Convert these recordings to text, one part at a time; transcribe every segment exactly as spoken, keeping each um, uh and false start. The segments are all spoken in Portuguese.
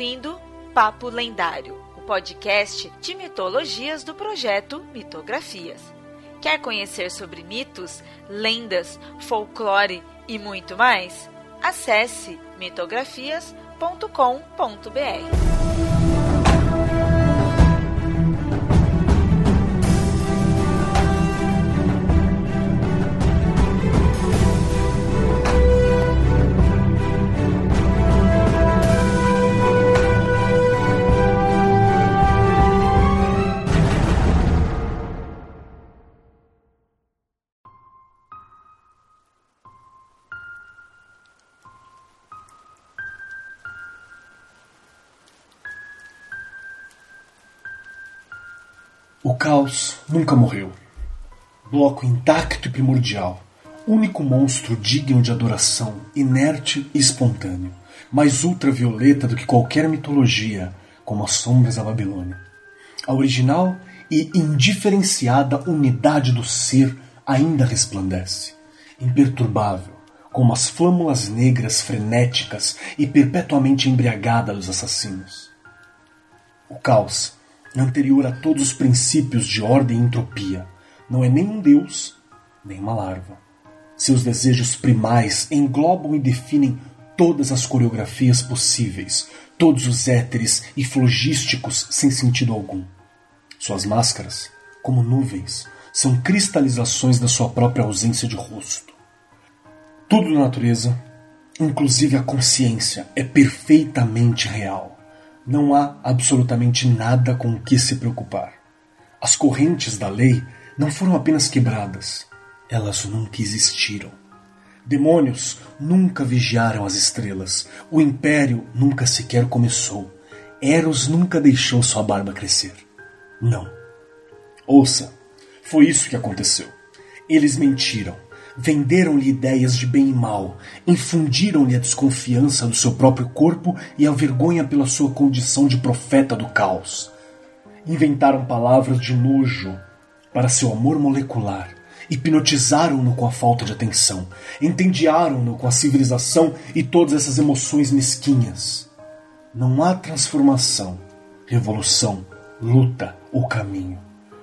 ouvindo Papo Lendário, o podcast de mitologias do projeto Mitografias. Quer conhecer sobre mitos, lendas, folclore e muito mais? Acesse mitografias ponto com ponto b r. O caos nunca morreu. Bloco intacto e primordial, único monstro digno de adoração, inerte e espontâneo, mais ultravioleta do que qualquer mitologia, como as sombras da Babilônia. A original e indiferenciada unidade do ser ainda resplandece, imperturbável, como as flâmulas negras frenéticas e perpetuamente embriagada dos assassinos. O caos, anterior a todos os princípios de ordem e entropia, não é nem um deus, nem uma larva. Seus desejos primais englobam e definem todas as coreografias possíveis, todos os éteres e flogísticos sem sentido algum. Suas máscaras, como nuvens, são cristalizações da sua própria ausência de rosto. Tudo na natureza, inclusive a consciência, é perfeitamente real. Não há absolutamente nada com o que se preocupar. As correntes da lei não foram apenas quebradas, elas nunca existiram. Demônios nunca vigiaram as estrelas, o império nunca sequer começou, Eros nunca deixou sua barba crescer. Não. Ouça, foi isso que aconteceu. Eles mentiram. Venderam-lhe ideias de bem e mal, infundiram-lhe a desconfiança do seu próprio corpo e a vergonha pela sua condição de profeta do caos. Inventaram palavras de nojo para seu amor molecular, hipnotizaram-no com a falta de atenção, entediaram-no com a civilização e todas essas emoções mesquinhas. Não há transformação, revolução, luta ou caminho.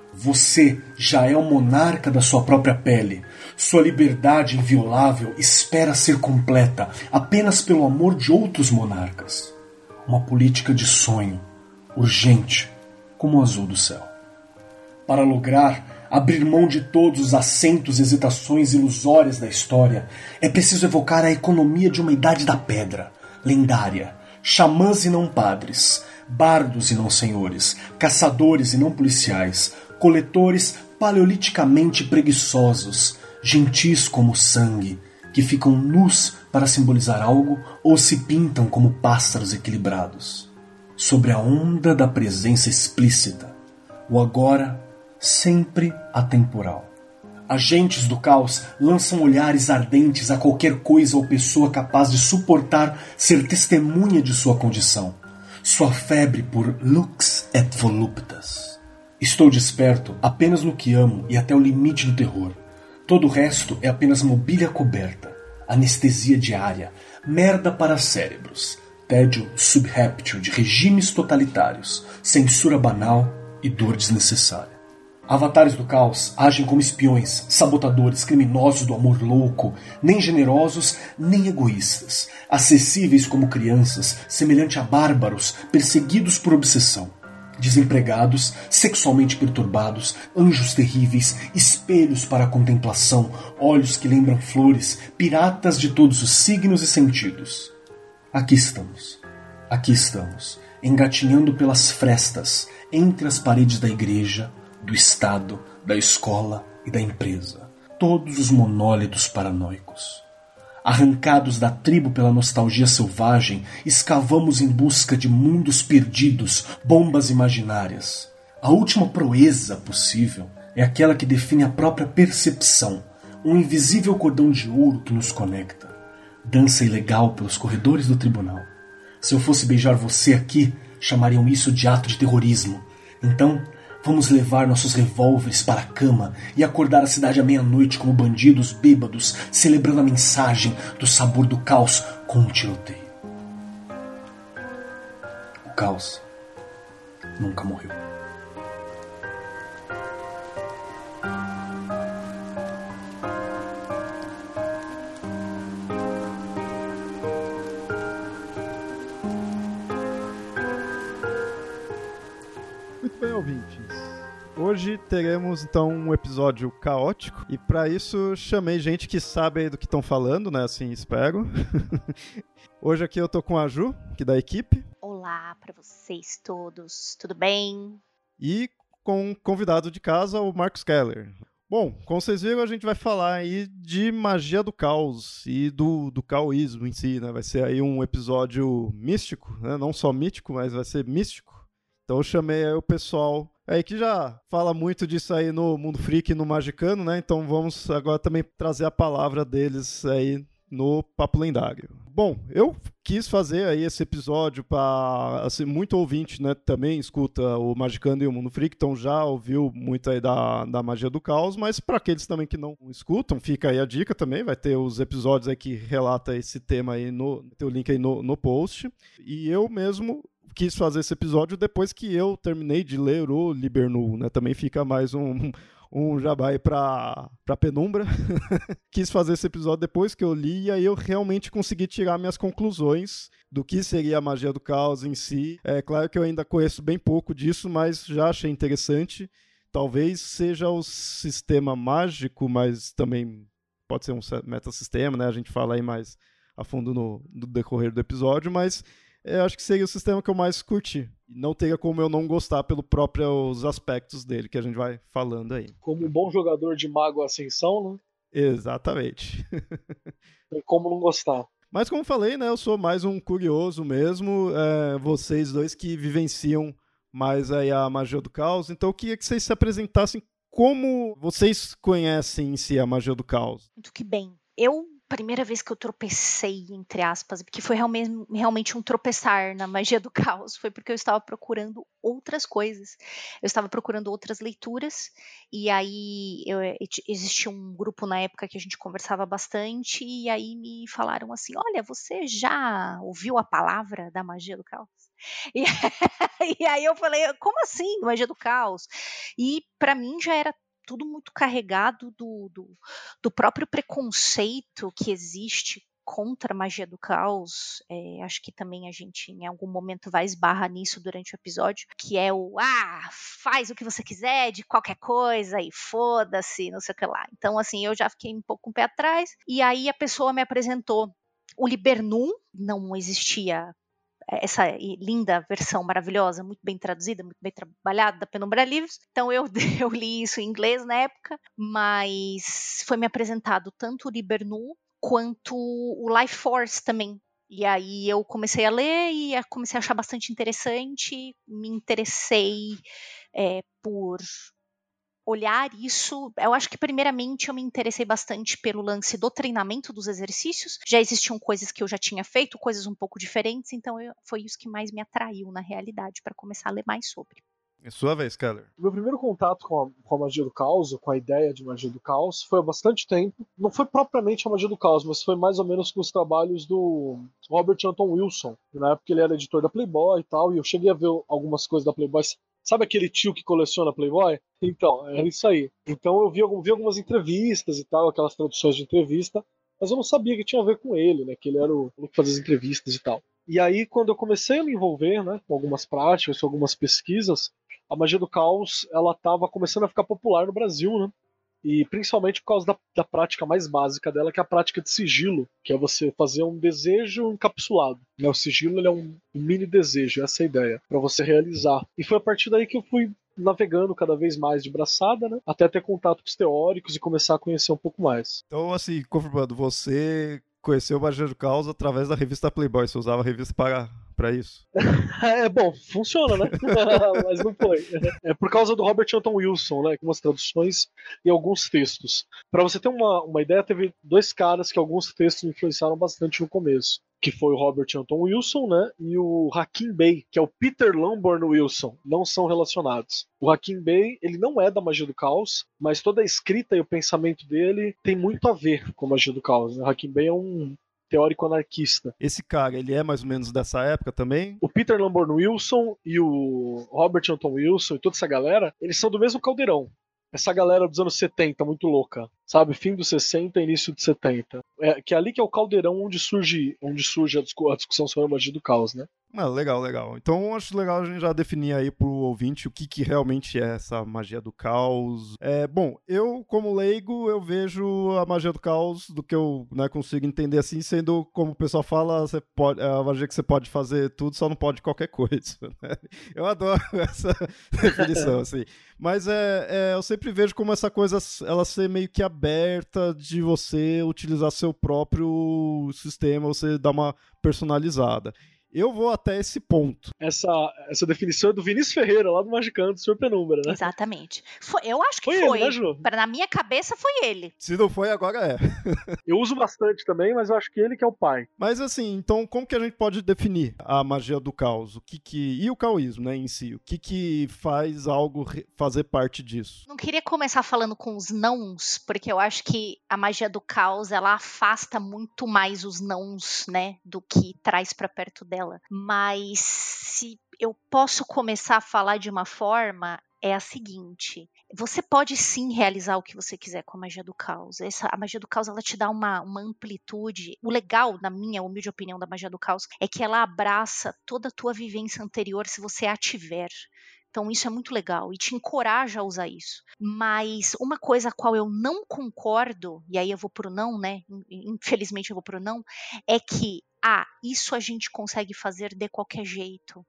Você já é o monarca da sua própria pele. Sua liberdade inviolável espera ser completa apenas pelo amor de outros monarcas. Uma política de sonho, urgente, como o azul do céu. Para lograr abrir mão de todos os assentos e hesitações ilusórias da história, é preciso evocar a economia de uma idade da pedra, lendária, xamãs e não padres, bardos e não senhores, caçadores e não policiais, coletores paleoliticamente preguiçosos, gentis como o sangue, que ficam nus para simbolizar algo ou se pintam como pássaros equilibrados. Sobre a onda da presença explícita, o agora sempre atemporal. Agentes do caos lançam olhares ardentes a qualquer coisa ou pessoa capaz de suportar ser testemunha de sua condição, sua febre por lux et voluptas. Estou desperto apenas no que amo e até o limite do terror. Todo o resto é apenas mobília coberta, anestesia diária, merda para cérebros, tédio subréptil de regimes totalitários, censura banal e dor desnecessária. Avatares do caos agem como espiões, sabotadores, criminosos do amor louco, nem generosos nem egoístas, acessíveis como crianças, semelhante a bárbaros perseguidos por obsessão. Desempregados, sexualmente perturbados, anjos terríveis, espelhos para a contemplação, olhos que lembram flores, piratas de todos os signos e sentidos. Aqui estamos, aqui estamos, engatinhando pelas frestas, entre as paredes da igreja, do Estado, da escola e da empresa. Todos os monólitos paranoicos. Arrancados da tribo pela nostalgia selvagem, escavamos em busca de mundos perdidos, bombas imaginárias. A última proeza possível é aquela que define a própria percepção, um invisível cordão de ouro que nos conecta. Dança ilegal pelos corredores do tribunal. Se eu fosse beijar você aqui, chamariam isso de ato de terrorismo. Então, vamos levar nossos revólveres para a cama e acordar a cidade à meia-noite como bandidos bêbados, celebrando a mensagem do sabor do caos com um tiroteio. caos nunca morreu. Muito bem, ouvintes. Hoje teremos então um episódio caótico e para isso chamei gente que sabe aí do que estão falando, né? Assim, espero. Hoje aqui eu tô com a Ju, que da equipe. Olá para vocês todos, tudo bem? E com um convidado de casa, o Marcos Keller. Bom, como vocês viram, a gente vai falar aí de magia do caos e do, do caoísmo em si, né? Vai ser aí um episódio místico, né? Não só mítico, mas vai ser místico. Então eu chamei aí o pessoal aí que já fala muito disso aí no Mundo Freak e no Magicano, né? Então vamos agora também trazer a palavra deles aí no Papo Lendário. Bom, eu quis fazer aí esse episódio para, assim, muito ouvinte, né, também escuta o Magicano e o Mundo Freak, então já ouviu muito aí da, da magia do caos, mas para aqueles também que não escutam, fica aí a dica também, vai ter os episódios aí que relata esse tema aí, no, tem o link aí no, no post, e eu mesmo quis fazer esse episódio depois que eu terminei de ler o Libernu, né? Também fica mais um, um jabá aí pra, pra penumbra. Quis fazer esse episódio depois que eu li e aí eu realmente consegui tirar minhas conclusões do que seria a magia do caos em si. É claro que eu ainda conheço bem pouco disso, mas já achei interessante. Talvez seja o sistema mágico, mas também pode ser um metasistema, né? A gente fala aí mais a fundo no, no decorrer do episódio, mas eu acho que seria o sistema que eu mais curti. Não teria como eu não gostar pelos próprios aspectos dele, que a gente vai falando aí. Como um bom jogador de Mago Ascensão, né? Exatamente. Tem como não gostar. Mas como falei, né, eu sou mais um curioso mesmo. É, vocês dois que vivenciam mais aí a magia do caos. Então eu queria que vocês se apresentassem como vocês conhecem em si a magia do caos. Muito que bem. Eu... primeira vez que eu tropecei, entre aspas, porque foi realmente, realmente um tropeçar na magia do caos, foi porque eu estava procurando outras coisas. Eu estava procurando outras leituras, e aí eu, existia um grupo na época que a gente conversava bastante, e aí me falaram assim, olha, você já ouviu a palavra da magia do caos? E, e aí eu falei, como assim, magia do caos? E para mim já era tudo muito carregado do, do, do próprio preconceito que existe contra a magia do caos. É, acho que também a gente em algum momento vai esbarrar nisso durante o episódio, que é o, ah, faz o que você quiser de qualquer coisa e foda-se, não sei o que lá. Então, assim, eu já fiquei um pouco com o pé atrás, e aí a pessoa me apresentou o Libernu, não existia essa linda versão maravilhosa, muito bem traduzida, muito bem trabalhada, da Penumbra Livros. Então eu, eu li isso em inglês na época, mas foi me apresentado tanto o Libernu quanto o Life Force também. E aí eu comecei a ler e comecei a achar bastante interessante, me interessei é, por olhar isso. Eu acho que primeiramente eu me interessei bastante pelo lance do treinamento dos exercícios. Já existiam coisas que eu já tinha feito, coisas um pouco diferentes, então eu, foi isso que mais me atraiu na realidade para começar a ler mais sobre. É sua vez, Keller. Meu primeiro contato com a, com a magia do caos, com a ideia de magia do caos, foi há bastante tempo. Não foi propriamente a magia do caos, mas foi mais ou menos com os trabalhos do Robert Anton Wilson. Na época ele era editor da Playboy e tal, e eu cheguei a ver algumas coisas da Playboy. Sabe aquele tio que coleciona Playboy? Então, era isso aí. Então eu vi, vi algumas entrevistas e tal, aquelas traduções de entrevista, mas eu não sabia que tinha a ver com ele, né? Que ele era o que fazia as entrevistas e tal. E aí, quando eu comecei a me envolver, né, com algumas práticas, com algumas pesquisas, a magia do caos, ela estava começando a ficar popular no Brasil, né? E principalmente por causa da, da prática mais básica dela, que é a prática de sigilo, que é você fazer um desejo encapsulado. Né? O sigilo ele é um, um mini desejo, essa é a ideia, para você realizar. E foi a partir daí que eu fui navegando cada vez mais de braçada, né? Até ter contato com os teóricos e começar a conhecer um pouco mais. Então, assim, confirmando, você conheceu o Magia do Caos através da revista Playboy, você usava a revista para, para isso? É, bom, funciona, né? Mas não foi. É por causa do Robert Anton Wilson, né? Com umas traduções e alguns textos. Para você ter uma, uma ideia, teve dois caras que alguns textos me influenciaram bastante no começo. Que foi o Robert Anton Wilson, né? E o Hakim Bey, que é o Peter Lamborn Wilson. Não são relacionados. O Hakim Bey, ele não é da magia do caos, mas toda a escrita e o pensamento dele tem muito a ver com a magia do caos. Né? O Hakim Bey é um teórico anarquista. Esse cara, ele é mais ou menos dessa época também? O Peter Lamborn Wilson e o Robert Anton Wilson e toda essa galera, eles são do mesmo caldeirão. Essa galera dos anos setenta, muito louca, sabe? Fim dos sessenta, início dos setenta. É, que é ali que é o caldeirão onde surge, onde surge a, discu- a discussão sobre a magia do caos, né? Ah, legal, legal. Então acho legal a gente já definir aí pro ouvinte o que, que realmente é essa magia do caos. É, bom, eu como leigo, eu vejo a magia do caos do que eu, né, consigo entender assim, sendo, como o pessoal fala, você pode, é a magia que você pode fazer tudo, só não pode qualquer coisa. Né? Eu adoro essa definição, assim. Mas é, é, eu sempre vejo como essa coisa, ela ser meio que aberta de você utilizar seu próprio sistema, você dar uma personalizada. Eu vou até esse ponto. Essa, essa definição é do Vinícius Ferreira, lá do Magicando, do senhor Penumbra, né? Exatamente. Foi, eu acho que foi. foi. Ele, né, Ju? Pra, na minha cabeça foi ele. Se não foi, agora é. Eu uso bastante também, mas eu acho que ele que é o pai. Mas assim, então como que a gente pode definir a magia do caos? O que que... E o caoísmo, né, em si? O que que faz algo re... fazer parte disso? Não queria começar falando com os nãos, porque eu acho que a magia do caos, ela afasta muito mais os nãos, né, do que traz pra perto dela. Mas se eu posso começar a falar de uma forma, é a seguinte: você pode sim realizar o que você quiser com a magia do caos. Essa, a magia do caos, ela te dá uma, uma amplitude. O legal, na minha humilde opinião, da magia do caos é que ela abraça toda a tua vivência anterior se você a tiver. Então isso é muito legal e te encoraja a usar isso. Mas uma coisa a qual eu não concordo, e aí eu vou pro não, né? Infelizmente eu vou pro não, é que, ah, isso a gente consegue fazer de qualquer jeito.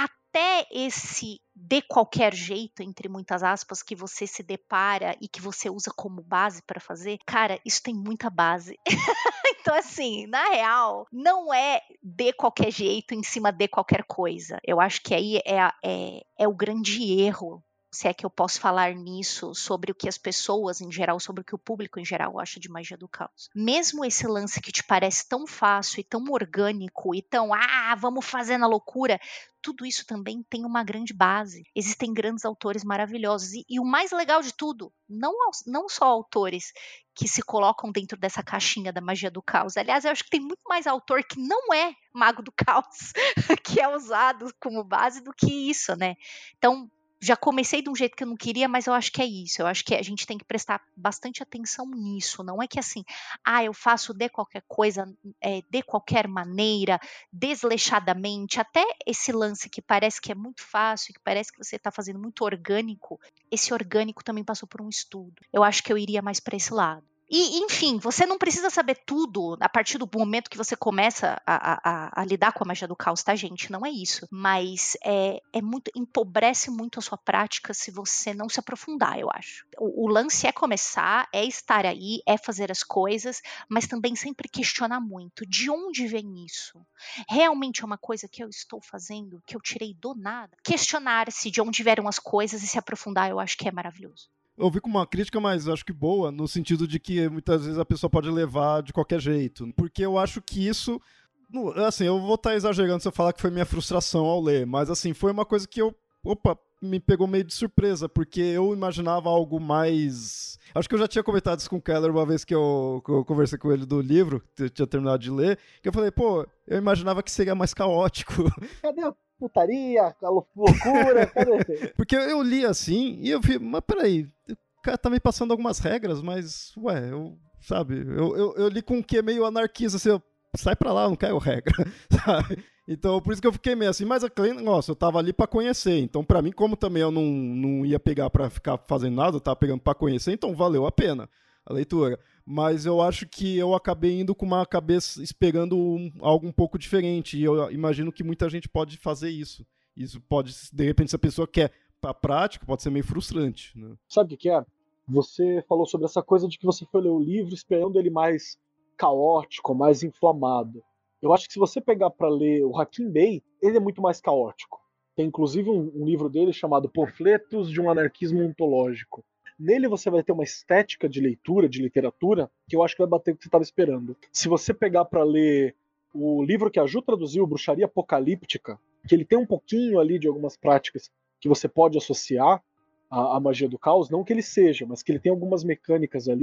Até esse de qualquer jeito, entre muitas aspas, que você se depara e que você usa como base para fazer, cara, isso tem muita base. Então, assim, na real, não é de qualquer jeito em cima de qualquer coisa. Eu acho que aí é, é, é o grande erro, se é que eu posso falar nisso, sobre o que as pessoas em geral, sobre o que o público em geral acha de magia do caos. Mesmo esse lance que te parece tão fácil e tão orgânico e tão, ah, vamos fazer na loucura, tudo isso também tem uma grande base. Existem grandes autores maravilhosos. E, e o mais legal de tudo, não, não só autores que se colocam dentro dessa caixinha da magia do caos. Aliás, eu acho que tem muito mais autor que não é mago do caos, que é usado como base do que isso, né? Então, já comecei de um jeito que eu não queria, mas eu acho que é isso. Eu acho que a gente tem que prestar bastante atenção nisso. Não é que assim, ah, eu faço de qualquer coisa, é, de qualquer maneira, desleixadamente. Até esse lance que parece que é muito fácil, que parece que você está fazendo muito orgânico, esse orgânico também passou por um estudo. Eu acho que eu iria mais para esse lado. E, enfim, você não precisa saber tudo a partir do momento que você começa a, a, a lidar com a magia do caos, tá, gente? Não é isso. Mas é, é muito, empobrece muito a sua prática se você não se aprofundar, eu acho. O, o lance é começar, é estar aí, é fazer as coisas, mas também sempre questionar muito. De onde vem isso? Realmente é uma coisa que eu estou fazendo, que eu tirei do nada? Questionar-se de onde vieram as coisas e se aprofundar, eu acho que é maravilhoso. Eu vi com uma crítica, mas acho que boa, no sentido de que muitas vezes a pessoa pode levar de qualquer jeito. Porque eu acho que isso... Assim, eu vou estar exagerando se eu falar que foi minha frustração ao ler, mas assim, foi uma coisa que eu... Opa, me pegou meio de surpresa, porque eu imaginava algo mais... Acho que eu já tinha comentado isso com o Keller uma vez que eu, que eu conversei com ele do livro, que eu tinha terminado de ler, que eu falei, pô, eu imaginava que seria mais caótico. Cadê a putaria, a loucura, cadê? Porque eu li assim e eu vi, mas peraí, o cara tá me passando algumas regras, mas, ué, eu, sabe, eu, eu, eu li com um quê meio anarquista, assim, eu, sai pra lá, eu não quero regra, sabe? Então, por isso que eu fiquei meio assim, mas aquele negócio, eu tava ali pra conhecer, então pra mim, como também eu não, não ia pegar pra ficar fazendo nada, eu tava pegando pra conhecer, então valeu a pena a leitura. Mas eu acho que eu acabei indo com uma cabeça, esperando um, algo um pouco diferente, e eu imagino que muita gente pode fazer isso. Isso pode, de repente, se a pessoa quer pra prática, pode ser meio frustrante, né? Sabe o que é? Você falou sobre essa coisa de que você foi ler o livro esperando ele mais caótico, mais inflamado. Eu acho que se você pegar para ler o Hakim Bey, ele é muito mais caótico. Tem inclusive um, um livro dele chamado Panfletos de um Anarquismo Ontológico. Nele você vai ter uma estética de leitura, de literatura, que eu acho que vai bater o que você estava esperando. Se você pegar para ler o livro que a Ju traduziu, Bruxaria Apocalíptica, que ele tem um pouquinho ali de algumas práticas que você pode associar à, à magia do caos, não que ele seja, mas que ele tem algumas mecânicas ali,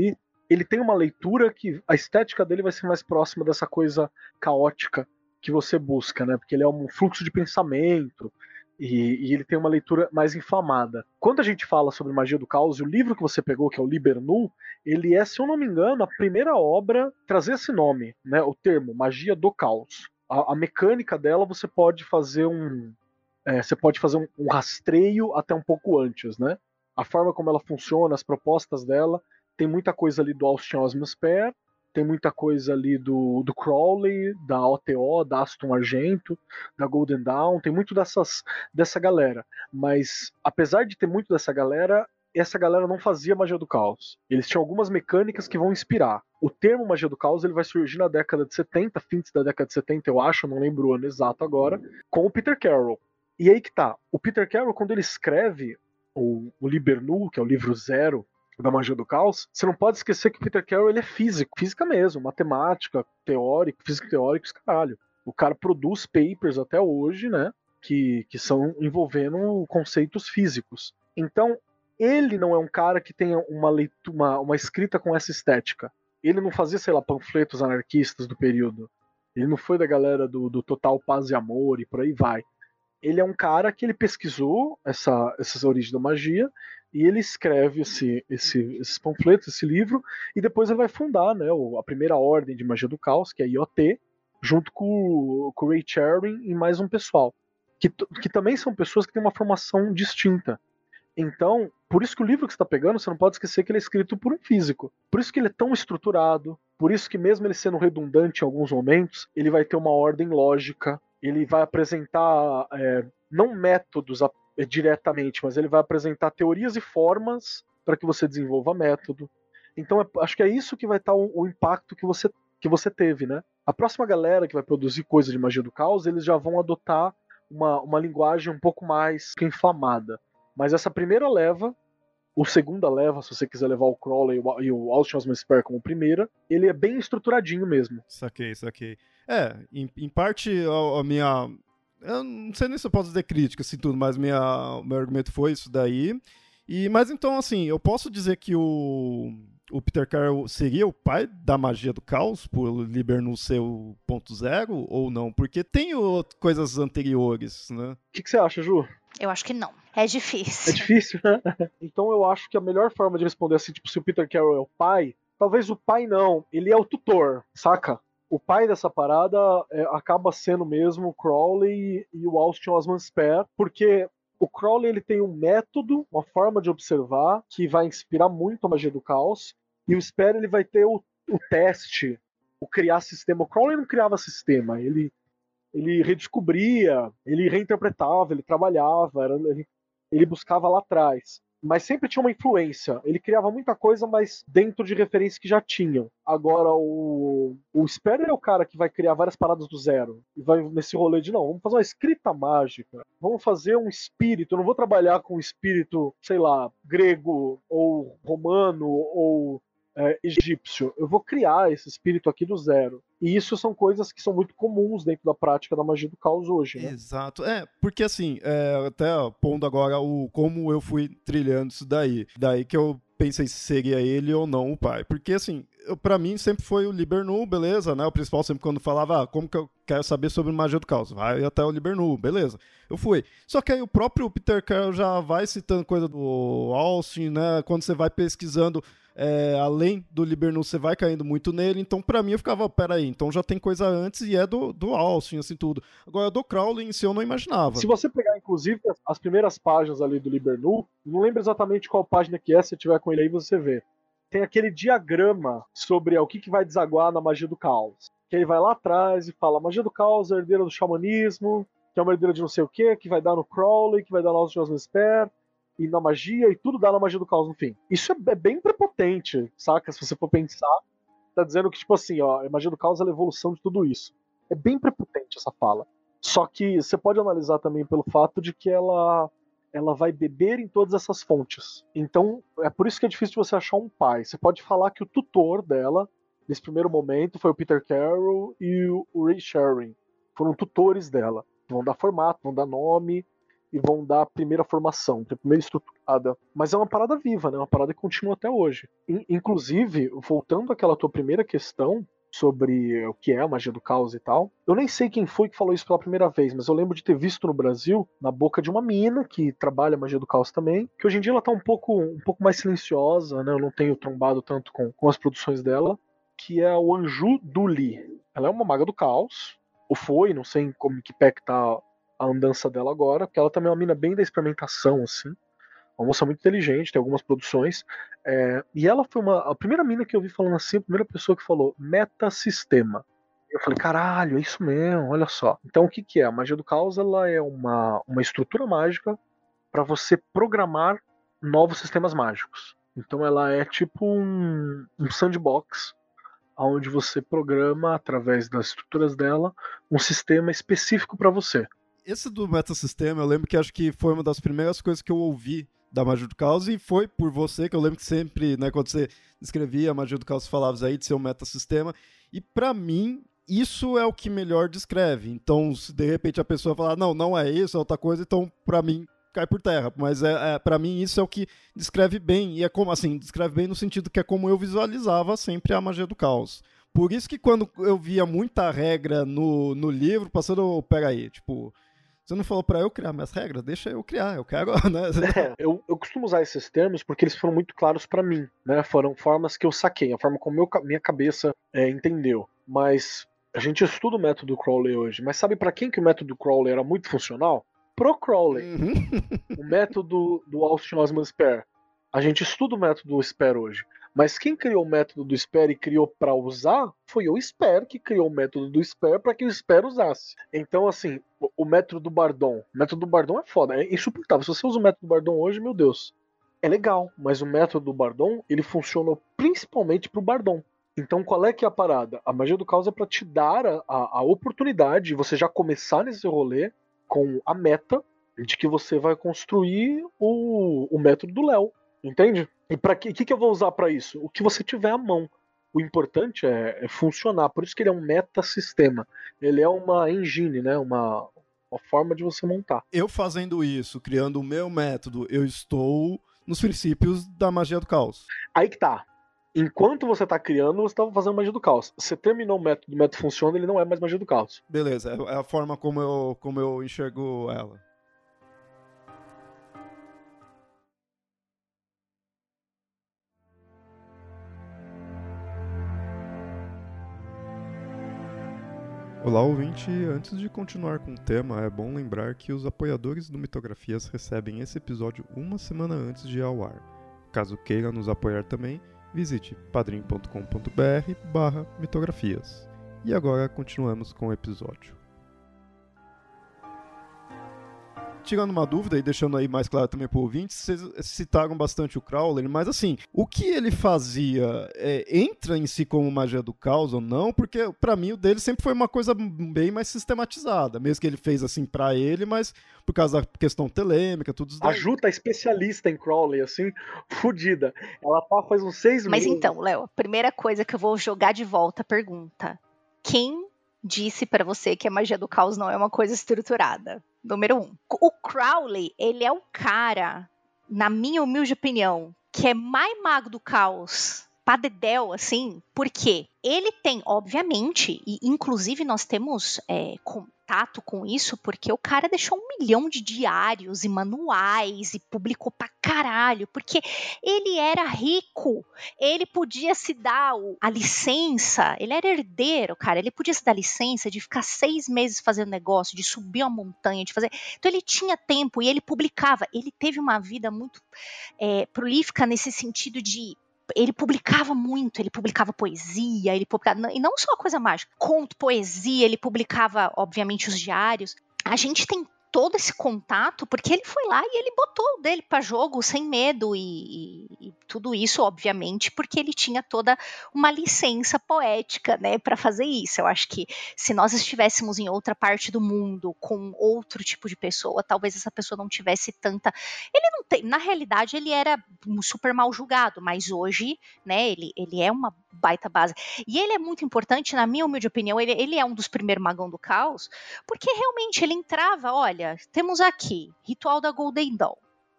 ele tem uma leitura que a estética dele vai ser mais próxima dessa coisa caótica que você busca, né? Porque ele é um fluxo de pensamento e, e ele tem uma leitura mais inflamada. Quando a gente fala sobre magia do caos, o livro que você pegou, que é o Liber Nu, ele é, se eu não me engano, a primeira obra a trazer esse nome, né? O termo magia do caos. A, a mecânica dela você pode fazer um, é, você pode fazer um, um rastreio até um pouco antes, né? A forma como ela funciona, as propostas dela, tem muita coisa ali do Austin Osman Spare, tem muita coisa ali do, do Crowley, da O T O, da Aston Argento, da Golden Dawn, tem muito dessas, dessa galera. Mas, apesar de ter muito dessa galera, essa galera não fazia magia do caos. Eles tinham algumas mecânicas que vão inspirar. O termo magia do caos ele vai surgir na década de setenta, fins da década de setenta, eu acho, não lembro o ano exato agora, com o Peter Carroll. E aí que tá, o Peter Carroll, quando ele escreve o, o Liber Nu, que é o livro zero da magia do caos, você não pode esquecer que o Peter Carroll ele é físico, física mesmo, matemática, teórico, físico teórico, caralho. O cara produz papers até hoje, né, que, que são envolvendo conceitos físicos. Então, ele não é um cara que tenha uma, leitura, uma, uma escrita com essa estética. Ele não fazia, sei lá, panfletos anarquistas do período. Ele não foi da galera do, do Total Paz e Amor e por aí vai. Ele é um cara que ele pesquisou essa, essas origens da magia e ele escreve esse, esse, esses panfletos, esse livro, e depois ele vai fundar, né, a primeira ordem de magia do caos, que é a I O T, junto com, com o Ray Cherry e mais um pessoal, que, que também são pessoas que têm uma formação distinta. Então, por isso que o livro que você está pegando, você não pode esquecer que ele é escrito por um físico. Por isso que ele é tão estruturado, por isso que mesmo ele sendo redundante em alguns momentos, ele vai ter uma ordem lógica, ele vai apresentar, é, não métodos a, é, diretamente, mas ele vai apresentar teorias e formas para que você desenvolva método. Então, é, acho que é isso que vai estar o, o impacto que você, que você teve, né? A próxima galera que vai produzir coisa de magia do caos, eles já vão adotar uma, uma linguagem um pouco mais inflamada. Mas essa primeira leva, o segunda leva, se você quiser levar o Crowley e o Austin Osman Spare como primeira, ele é bem estruturadinho mesmo. Saquei, saquei. É, em, em parte a, a minha... Eu não sei nem se eu posso dizer crítica, assim, tudo, mas minha, o meu argumento foi isso daí. E, mas então, assim, eu posso dizer que o, o Peter Carroll seria o pai da magia do caos, por Liber Nu ser o ponto zero, ou não? Porque tem o, coisas anteriores, né? O que, que você acha, Ju? Eu acho que não. É difícil. É difícil, né? Então eu acho que a melhor forma de responder assim, tipo, se o Peter Carroll é o pai, talvez o pai não, ele é o tutor, saca? O pai dessa parada é, acaba sendo mesmo o Crowley e o Austin Osman Spare, porque o Crowley ele tem um método, uma forma de observar que vai inspirar muito a magia do caos, e o Spare ele vai ter o, o teste, o criar sistema. O Crowley não criava sistema, ele, ele redescobria, ele reinterpretava, ele trabalhava, era, ele, ele buscava lá atrás. Mas sempre tinha uma influência. Ele criava muita coisa, mas dentro de referências que já tinham. Agora, o, o Sperry é o cara que vai criar várias paradas do zero. E vai nesse rolê de, não, vamos fazer uma escrita mágica. Vamos fazer um espírito. Eu não vou trabalhar com um espírito, sei lá, grego, ou romano, ou é, egípcio. Eu vou criar esse espírito aqui do zero. E isso são coisas que são muito comuns dentro da prática da magia do caos hoje, né? Exato. É, porque assim, é, até pondo agora o como eu fui trilhando isso daí. Daí que eu pensei se seria ele ou não o pai. Porque assim, eu, pra mim sempre foi o Liber Nu, beleza, né? O principal sempre quando falava, ah, como que eu quero saber sobre magia do caos? Vai até o Liber Nu, beleza. Eu fui. Só que aí o próprio Peter Carroll já vai citando coisa do Austin, né? Quando você vai pesquisando... É, além do Liber Nu, você vai caindo muito nele, então pra mim eu ficava, peraí, então já tem coisa antes e é do, do Austin, assim, tudo. Agora, do Crowley em si eu não imaginava. Se você pegar, inclusive, as, as primeiras páginas ali do Liber Nu, não lembro exatamente qual página que é, se tiver com ele aí você vê. Tem aquele diagrama sobre é, o que, que vai desaguar na magia do caos. Que ele vai lá atrás e fala, a magia do caos é a herdeira do xamanismo, que é uma herdeira de não sei o que, que vai dar no Crowley, que vai dar no Austin Osman Spare, e na magia, e tudo dá na magia do caos no fim. Isso é bem prepotente, saca? Se você for pensar, tá dizendo que, tipo assim, ó, a magia do caos é a evolução de tudo isso. É bem prepotente essa fala. Só que você pode analisar também pelo fato de que ela, ela vai beber em todas essas fontes. Então, é por isso que é difícil de você achar um pai. Você pode falar que o tutor dela, nesse primeiro momento, foi o Peter Carroll e o Ray Cherry. Foram tutores dela. Vão dar formato, vão dar nome, e vão dar a primeira formação, a primeira estruturada. Mas é uma parada viva, né? Uma parada que continua até hoje. Inclusive, voltando àquela tua primeira questão sobre o que é a magia do caos e tal, eu nem sei quem foi que falou isso pela primeira vez, mas eu lembro de ter visto no Brasil, na boca de uma mina que trabalha a magia do caos também, que hoje em dia ela tá um pouco, um pouco mais silenciosa, né? Eu não tenho trombado tanto com, com as produções dela, que é o Anju Duli. Ela é uma maga do caos, ou foi, não sei como que pé que tá a andança dela agora, porque ela também é uma mina bem da experimentação, assim. Uma moça muito inteligente, tem algumas produções. É, e ela foi uma, a primeira mina que eu vi falando assim, a primeira pessoa que falou metasistema. Eu falei, caralho, é isso mesmo, olha só. Então o que, que é? A magia do caos ela é uma, uma estrutura mágica para você programar novos sistemas mágicos. Então ela é tipo um, um sandbox, onde você programa, através das estruturas dela, um sistema específico para você. Esse do metasistema, eu lembro que acho que foi uma das primeiras coisas que eu ouvi da magia do caos, e foi por você, que eu lembro que sempre, né, quando você escrevia a magia do caos, você falava aí de ser um metasistema, e pra mim, isso é o que melhor descreve. Então, se de repente a pessoa falar, não, não é isso, é outra coisa, então pra mim cai por terra. Mas é, é, pra mim isso é o que descreve bem, e é como, assim, descreve bem no sentido que é como eu visualizava sempre a magia do caos. Por isso que quando eu via muita regra no, no livro, passando, peraí, tipo... Você não falou pra eu criar minhas regras? Deixa eu criar, eu quero, né? É, eu, eu costumo usar esses termos porque eles foram muito claros pra mim, né? Foram formas que eu saquei, a forma como meu, minha cabeça é, entendeu. Mas a gente estuda o método Crowley hoje, mas sabe pra quem que o método Crowley era muito funcional? Pro Crowley. Uhum. O método do Austin Osman Spare. A gente estuda o método do Spare hoje. Mas quem criou o método do Spare e criou para usar foi o Spare que criou o método do Spare para que o Spare usasse. Então, assim, o, o método do Bardon. O método do Bardon é foda, é insuportável. Se você usa o método do Bardon hoje, meu Deus, é legal. Mas o método do Bardon, ele funcionou principalmente pro Bardon. Então, qual é que é a parada? A magia do caos é para te dar a, a, a oportunidade de você já começar nesse rolê com a meta de que você vai construir o, o método do Léo. Entende? E para que, que, que eu vou usar para isso? O que você tiver à mão. O importante é, é funcionar. Por isso que ele é um metasistema. Ele é uma engine, né? Uma, uma forma de você montar. Eu fazendo isso, criando o meu método, eu estou nos princípios da magia do caos. Aí que tá. Enquanto você tá criando, você tá fazendo magia do caos. Você terminou o método, o método funciona, ele não é mais magia do caos. Beleza, é a forma como eu, como eu enxergo ela. Olá, ouvinte! Antes de continuar com o tema, é bom lembrar que os apoiadores do Mitografias recebem esse episódio uma semana antes de ir ao ar. Caso queira nos apoiar também, visite padrim ponto com ponto br barra mitografias. E agora continuamos com o episódio. Tirando uma dúvida e deixando aí mais claro também para o ouvinte, vocês citaram bastante o Crowley, mas assim, o que ele fazia é, entra em si como magia do caos ou não? Porque para mim o dele sempre foi uma coisa bem mais sistematizada, mesmo que ele fez assim para ele, mas por causa da questão telêmica, tudo isso daí. A Ju tá especialista em Crowley, assim, fodida. Ela tá faz uns seis Mas meses. então, Léo, a primeira coisa que eu vou jogar de volta a pergunta. Quem disse para você que a magia do caos não é uma coisa estruturada? Número um. O Crowley, ele é o cara, na minha humilde opinião, que é mais mago do caos, padedel, assim, porque ele tem, obviamente, e inclusive nós temos é, contato com isso, porque o cara deixou um milhão de diários e manuais e publicou pra caralho, porque ele era rico, ele podia se dar a licença, ele era herdeiro, cara, ele podia se dar licença de ficar seis meses fazendo negócio, de subir uma montanha, de fazer... Então ele tinha tempo e ele publicava, ele teve uma vida muito é, prolífica nesse sentido de ele publicava muito, ele publicava poesia, ele publicava, e não só coisa mágica, conto, poesia, ele publicava, obviamente, os diários. A gente tem todo esse contato porque ele foi lá e ele botou o dele para jogo sem medo e, e, e tudo isso, obviamente, porque ele tinha toda uma licença poética, né, para fazer isso. Eu acho que se nós estivéssemos em outra parte do mundo com outro tipo de pessoa, talvez essa pessoa não tivesse tanta... Ele não tem... Na realidade, ele era um super mal julgado, mas hoje, né, ele, ele é uma baita base. E ele é muito importante, na minha humilde opinião, ele, ele é um dos primeiros magão do caos, porque realmente ele entrava, olha, olha, temos aqui, ritual da Golden Dawn.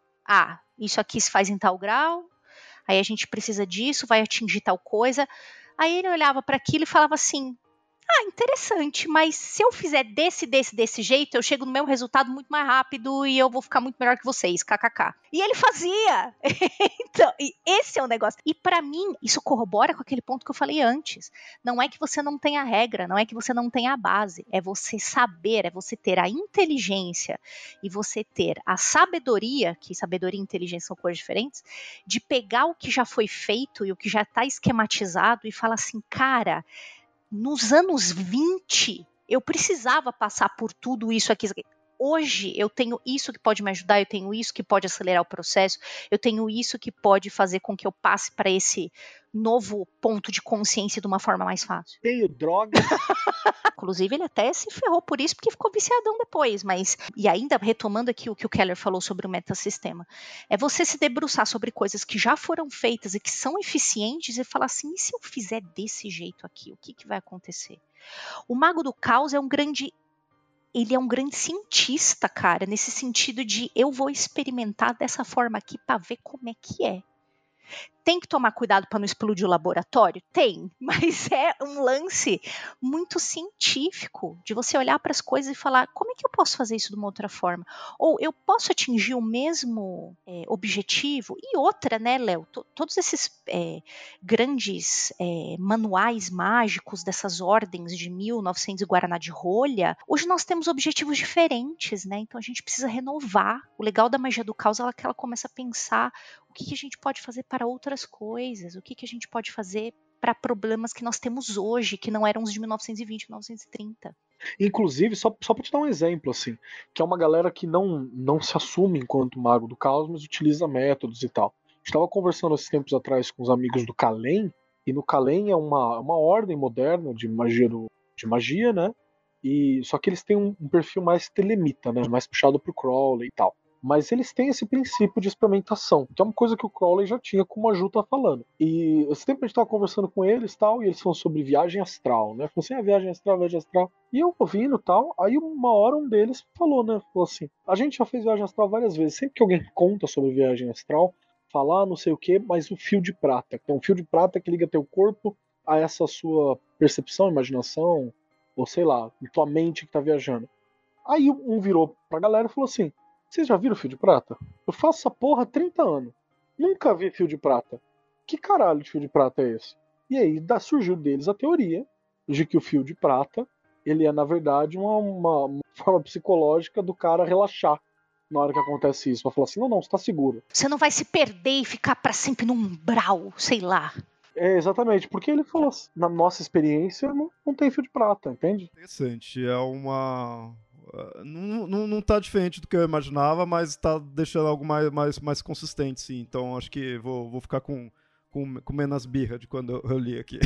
Ah, isso aqui se faz em tal grau, aí a gente precisa disso, vai atingir tal coisa. Aí ele olhava para aquilo e falava assim, ah, interessante, mas se eu fizer desse, desse, desse jeito, eu chego no meu resultado muito mais rápido e eu vou ficar muito melhor que vocês, kkk. E ele fazia! Então, e esse é o negócio. E pra mim, isso corrobora com aquele ponto que eu falei antes. Não é que você não tenha regra, não é que você não tenha a base, é você saber, é você ter a inteligência e você ter a sabedoria, que sabedoria e inteligência são coisas diferentes, de pegar o que já foi feito e o que já tá esquematizado e falar assim, cara, nos anos vinte, eu precisava passar por tudo isso aqui. Hoje, eu tenho isso que pode me ajudar, eu tenho isso que pode acelerar o processo, eu tenho isso que pode fazer com que eu passe para esse novo ponto de consciência de uma forma mais fácil. Tenho droga. Inclusive, ele até se ferrou por isso, porque ficou viciadão depois. Mas, e ainda retomando aqui o que o Keller falou sobre o metasistema, é você se debruçar sobre coisas que já foram feitas e que são eficientes e falar assim, e se eu fizer desse jeito aqui, o que, que vai acontecer? O Mago do Caos é um grande... Ele é um grande cientista, cara, nesse sentido de eu vou experimentar dessa forma aqui para ver como é que é. Tem que tomar cuidado para não explodir o laboratório? Tem, mas é um lance muito científico de você olhar para as coisas e falar, como é que eu posso fazer isso de uma outra forma? Ou eu posso atingir o mesmo é, objetivo? E outra, né, Léo? To- todos esses é, grandes é, manuais mágicos dessas ordens de mil e novecentos e Guaraná de rolha, hoje nós temos objetivos diferentes, né? Então a gente precisa renovar. O legal da magia do caos é que ela começa a pensar o que, que a gente pode fazer para outras coisas, o que, que a gente pode fazer para problemas que nós temos hoje, que não eram os de mil novecentos e vinte, mil novecentos e trinta. Inclusive, só, só pra te dar um exemplo, assim, que é uma galera que não, não se assume enquanto mago do caos, mas utiliza métodos e tal. A gente tava conversando esses tempos atrás com os amigos do Kalem, e no Kalem é uma, uma ordem moderna de magia, do, de magia, né? E, só que eles têm um, um perfil mais telemita, né? Mais puxado pro Crowley e tal. Mas eles têm esse princípio de experimentação, que é uma coisa que o Crowley já tinha, como a Ju tá falando. E esse tempo a gente tava conversando com eles tal, e eles falam sobre viagem astral, né? Falou assim, ah, viagem astral, viagem astral. E eu ouvindo tal, aí uma hora um deles falou, né? Falou assim, a gente já fez viagem astral várias vezes, sempre que alguém conta sobre viagem astral, falar não sei o que, mas o fio de prata. Então, um fio de prata que liga teu corpo a essa sua percepção, imaginação, ou sei lá, tua mente que tá viajando. Aí um virou pra galera e falou assim, vocês já viram fio de prata? Eu faço essa porra há trinta anos. Nunca vi fio de prata. Que caralho de fio de prata é esse? E aí da, surgiu deles a teoria de que o fio de prata ele é, na verdade, uma, uma, uma forma psicológica do cara relaxar na hora que acontece isso. Pra falar assim, não, não, você tá seguro. Você não vai se perder e ficar para sempre num umbral, sei lá. É, exatamente, porque ele falou assim, na nossa experiência não, não tem fio de prata, entende? Interessante, é uma... Não, não, não tá diferente do que eu imaginava, mas tá deixando algo mais, mais, mais consistente, sim. Então acho que vou, vou ficar com, com, com menos birra de quando eu, eu li aqui.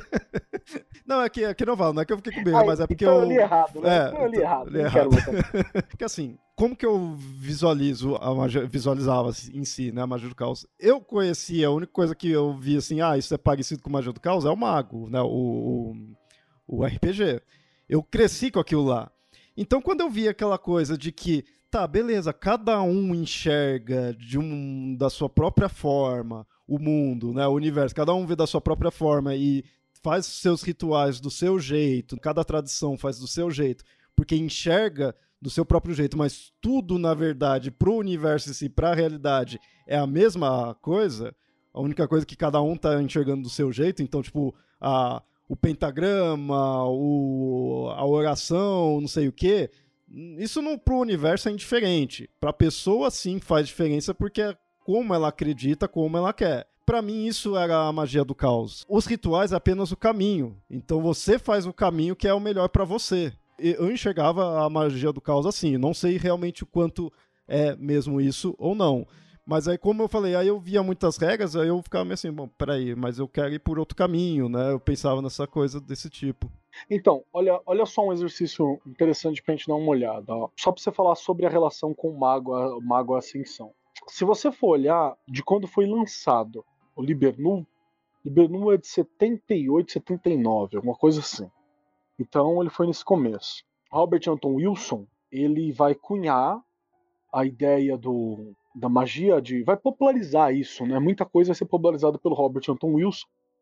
Não, é que, é que não vale, não é que eu fiquei com birra, Ai, mas é porque então eu... eu li errado, né? É, Então eu li errado, eu li não errado. quero botar. Porque assim, como que eu visualizo a magia, visualizava em si, né, a magia do caos? Eu conhecia, a única coisa que eu vi assim, ah, isso é parecido com magia do caos, é o mago, né, o, o, o R P G. Eu cresci com aquilo lá. Então, quando eu vi aquela coisa de que, tá, beleza, cada um enxerga de um, da sua própria forma o mundo, né, o universo, cada um vê da sua própria forma e faz seus rituais do seu jeito, cada tradição faz do seu jeito, porque enxerga do seu próprio jeito, mas tudo, na verdade, pro universo em si, pra realidade, é a mesma coisa, a única coisa que cada um tá enxergando do seu jeito, então, tipo, a... o pentagrama, o, a oração, não sei o quê, isso não, pro universo é indiferente. Pra pessoa, sim, faz diferença porque é como ela acredita, como ela quer. Pra mim, isso era a magia do caos. Os rituais é apenas o caminho. Então você faz o caminho que é o melhor pra você. Eu enxergava a magia do caos assim. Não sei realmente o quanto é mesmo isso ou não. Mas aí, como eu falei, aí eu via muitas regras, aí eu ficava meio assim, bom, peraí, mas eu quero ir por outro caminho, né? Eu pensava nessa coisa desse tipo. Então, olha, olha só um exercício interessante pra gente dar uma olhada. Ó. Só pra você falar sobre a relação com o Mago, a, o Mago Ascensão. Se você for olhar de quando foi lançado o Libernu, Libernu é de setenta e oito, setenta e nove, alguma coisa assim. Então ele foi nesse começo. Robert Anton Wilson, ele vai cunhar a ideia do, da magia, de vai popularizar isso, né? Muita coisa vai ser popularizada pelo Robert Anton Wilson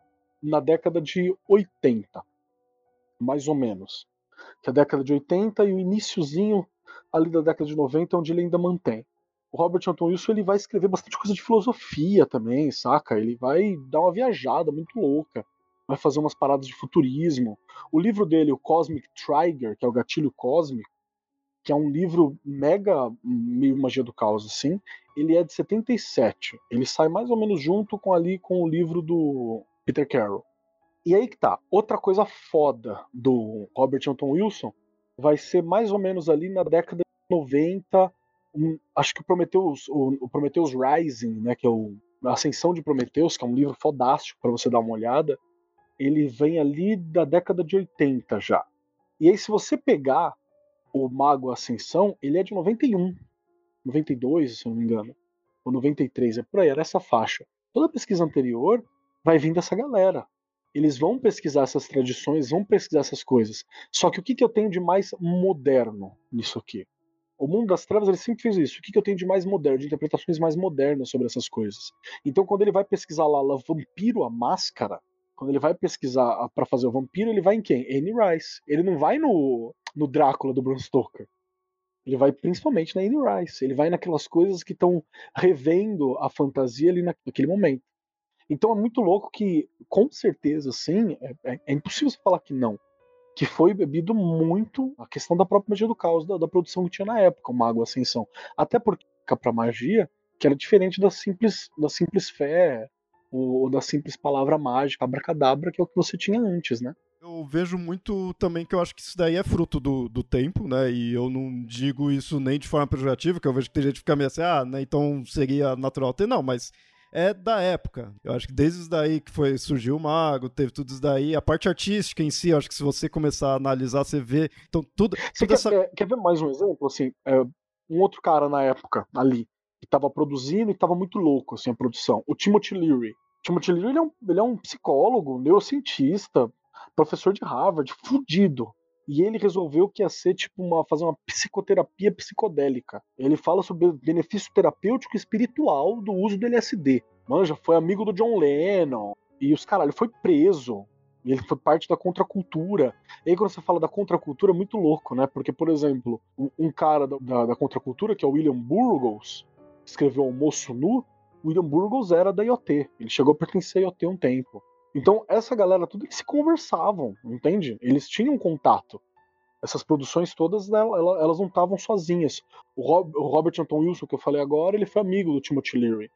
na década de oitenta, mais ou menos. Que é a década de oitenta e o iniciozinho ali da década de noventa, onde ele ainda mantém. O Robert Anton Wilson ele vai escrever bastante coisa de filosofia também, saca? Ele vai dar uma viajada muito louca, vai fazer umas paradas de futurismo. O livro dele, o Cosmic Trigger, que é o Gatilho Cósmico, que é um livro mega meio magia do caos, assim, ele é de setenta e sete. Ele sai mais ou menos junto com ali com o livro do Peter Carroll. E aí que tá, outra coisa foda do Robert Anton Wilson vai ser mais ou menos ali na década de noventa, um, acho que o Prometheus, o, o Prometheus Rising, né, que é o, a Ascensão de Prometheus, que é um livro fodástico para você dar uma olhada, ele vem ali da década de oitenta já. E aí se você pegar o Mago Ascensão, ele é de noventa e um, noventa e dois, se eu não me engano, ou noventa e três, é por aí, era essa faixa. Toda a pesquisa anterior vai vir dessa galera. Eles vão pesquisar essas tradições, vão pesquisar essas coisas. Só que o que, que eu tenho de mais moderno nisso aqui? O Mundo das Trevas ele sempre fez isso. O que, que eu tenho de mais moderno, de interpretações mais modernas sobre essas coisas? Então, quando ele vai pesquisar lá, lá Vampiro a Máscara, quando ele vai pesquisar para fazer o vampiro, ele vai em quem? Anne Rice. Ele não vai no, no Drácula do Bram Stoker. Ele vai principalmente na Anne Rice. Ele vai naquelas coisas que estão revendo a fantasia ali naquele momento. Então é muito louco que, com certeza, sim, é, é, é impossível você falar que não. Que foi bebido muito a questão da própria magia do caos, da, da produção que tinha na época, o Mago Ascensão. Até porque para magia, que era diferente da simples, da simples fé, ou, ou da simples palavra mágica, abracadabra, que é o que você tinha antes, né? Eu vejo muito também que eu acho que isso daí é fruto do, do tempo, né? E eu não digo isso nem de forma pejorativa, que eu vejo que tem gente que fica meio assim, ah, né, então seria natural ter. Não, mas é da época. Eu acho que desde isso daí que foi, surgiu o Mago, teve tudo isso daí. A parte artística em si, eu acho que se você começar a analisar, você vê. Então, tudo. Você quer, essa... quer, quer ver mais um exemplo? Assim, é, um outro cara na época, ali, que estava produzindo e estava muito louco, assim, a produção. O Timothy Leary. O Timothy Leary ele é, um, ele é um psicólogo, neurocientista, professor de Harvard, fudido. E ele resolveu que ia ser tipo uma, fazer uma psicoterapia psicodélica. Ele fala sobre o benefício terapêutico e espiritual do uso do L S D. Manja, foi amigo do John Lennon. E os caralho, foi preso. E ele foi parte da contracultura. E aí quando você fala da contracultura, é muito louco, né? Porque, por exemplo, um, um cara da, da, da contracultura, que é o William Burroughs, que escreveu Almoço Nu, William Burroughs era da I O T. Ele chegou a pertencer à I O T um tempo. Então, essa galera, tudo que se conversavam, entende? Eles tinham contato. Essas produções todas, elas não estavam sozinhas. O, Rob, o Robert Anton Wilson, que eu falei agora, ele foi amigo do Timothy Leary.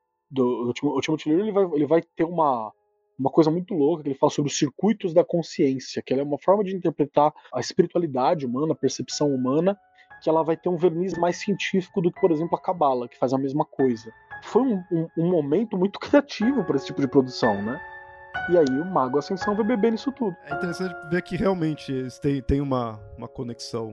Do, do, o Timothy Leary ele vai, ele vai ter uma, uma coisa muito louca, que ele fala sobre os circuitos da consciência, que ela é uma forma de interpretar a espiritualidade humana, a percepção humana, que ela vai ter um verniz mais científico do que, por exemplo, a Cabala, que faz a mesma coisa. Foi um, um, um momento muito criativo para esse tipo de produção, né? E aí o Mago Ascensão vai beber nisso tudo. É interessante ver que realmente eles têm, têm uma, uma conexão.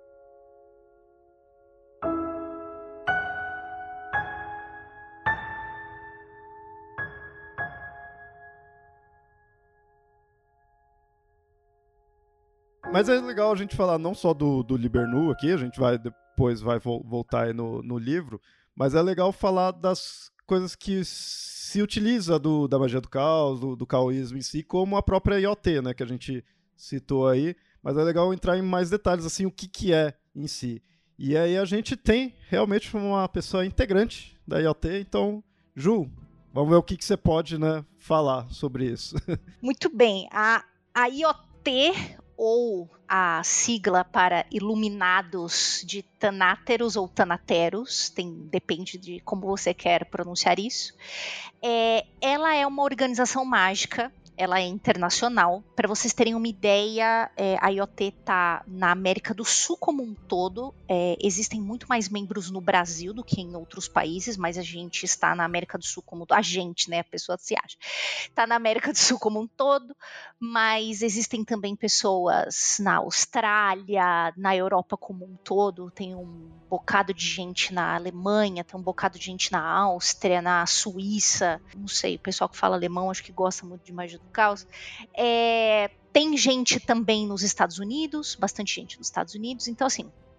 Mas é legal a gente falar não só do, do Libernu aqui, a gente vai depois vai vo- voltar aí no, no livro, mas é legal falar das coisas que se utiliza do, da magia do caos, do, do caoísmo em si, como a própria I O T, né, que a gente citou aí, mas é legal entrar em mais detalhes, assim, o que, que é em si. E aí a gente tem realmente uma pessoa integrante da I O T, então, Ju, vamos ver o que, que você pode, né, falar sobre isso. Muito bem, a, a I O T, ou a sigla para Iluminados de Tanáteros ou Tanateros, tem, depende de como você quer pronunciar isso, é, ela é uma organização mágica, ela é internacional. Para vocês terem uma ideia, é, a I O T está na América do Sul como um todo. É, existem muito mais membros no Brasil do que em outros países, mas a gente está na América do Sul como a gente, né? A pessoa se acha. Está na América do Sul como um todo, mas existem também pessoas na Austrália, na Europa como um todo. Tem um bocado de gente na Alemanha, tem um bocado de gente na Áustria, na Suíça. Não sei, o pessoal que fala alemão acho que gosta muito de magia do caos. É, tem gente também nos Estados Unidos, bastante gente nos Estados Unidos. Então, assim,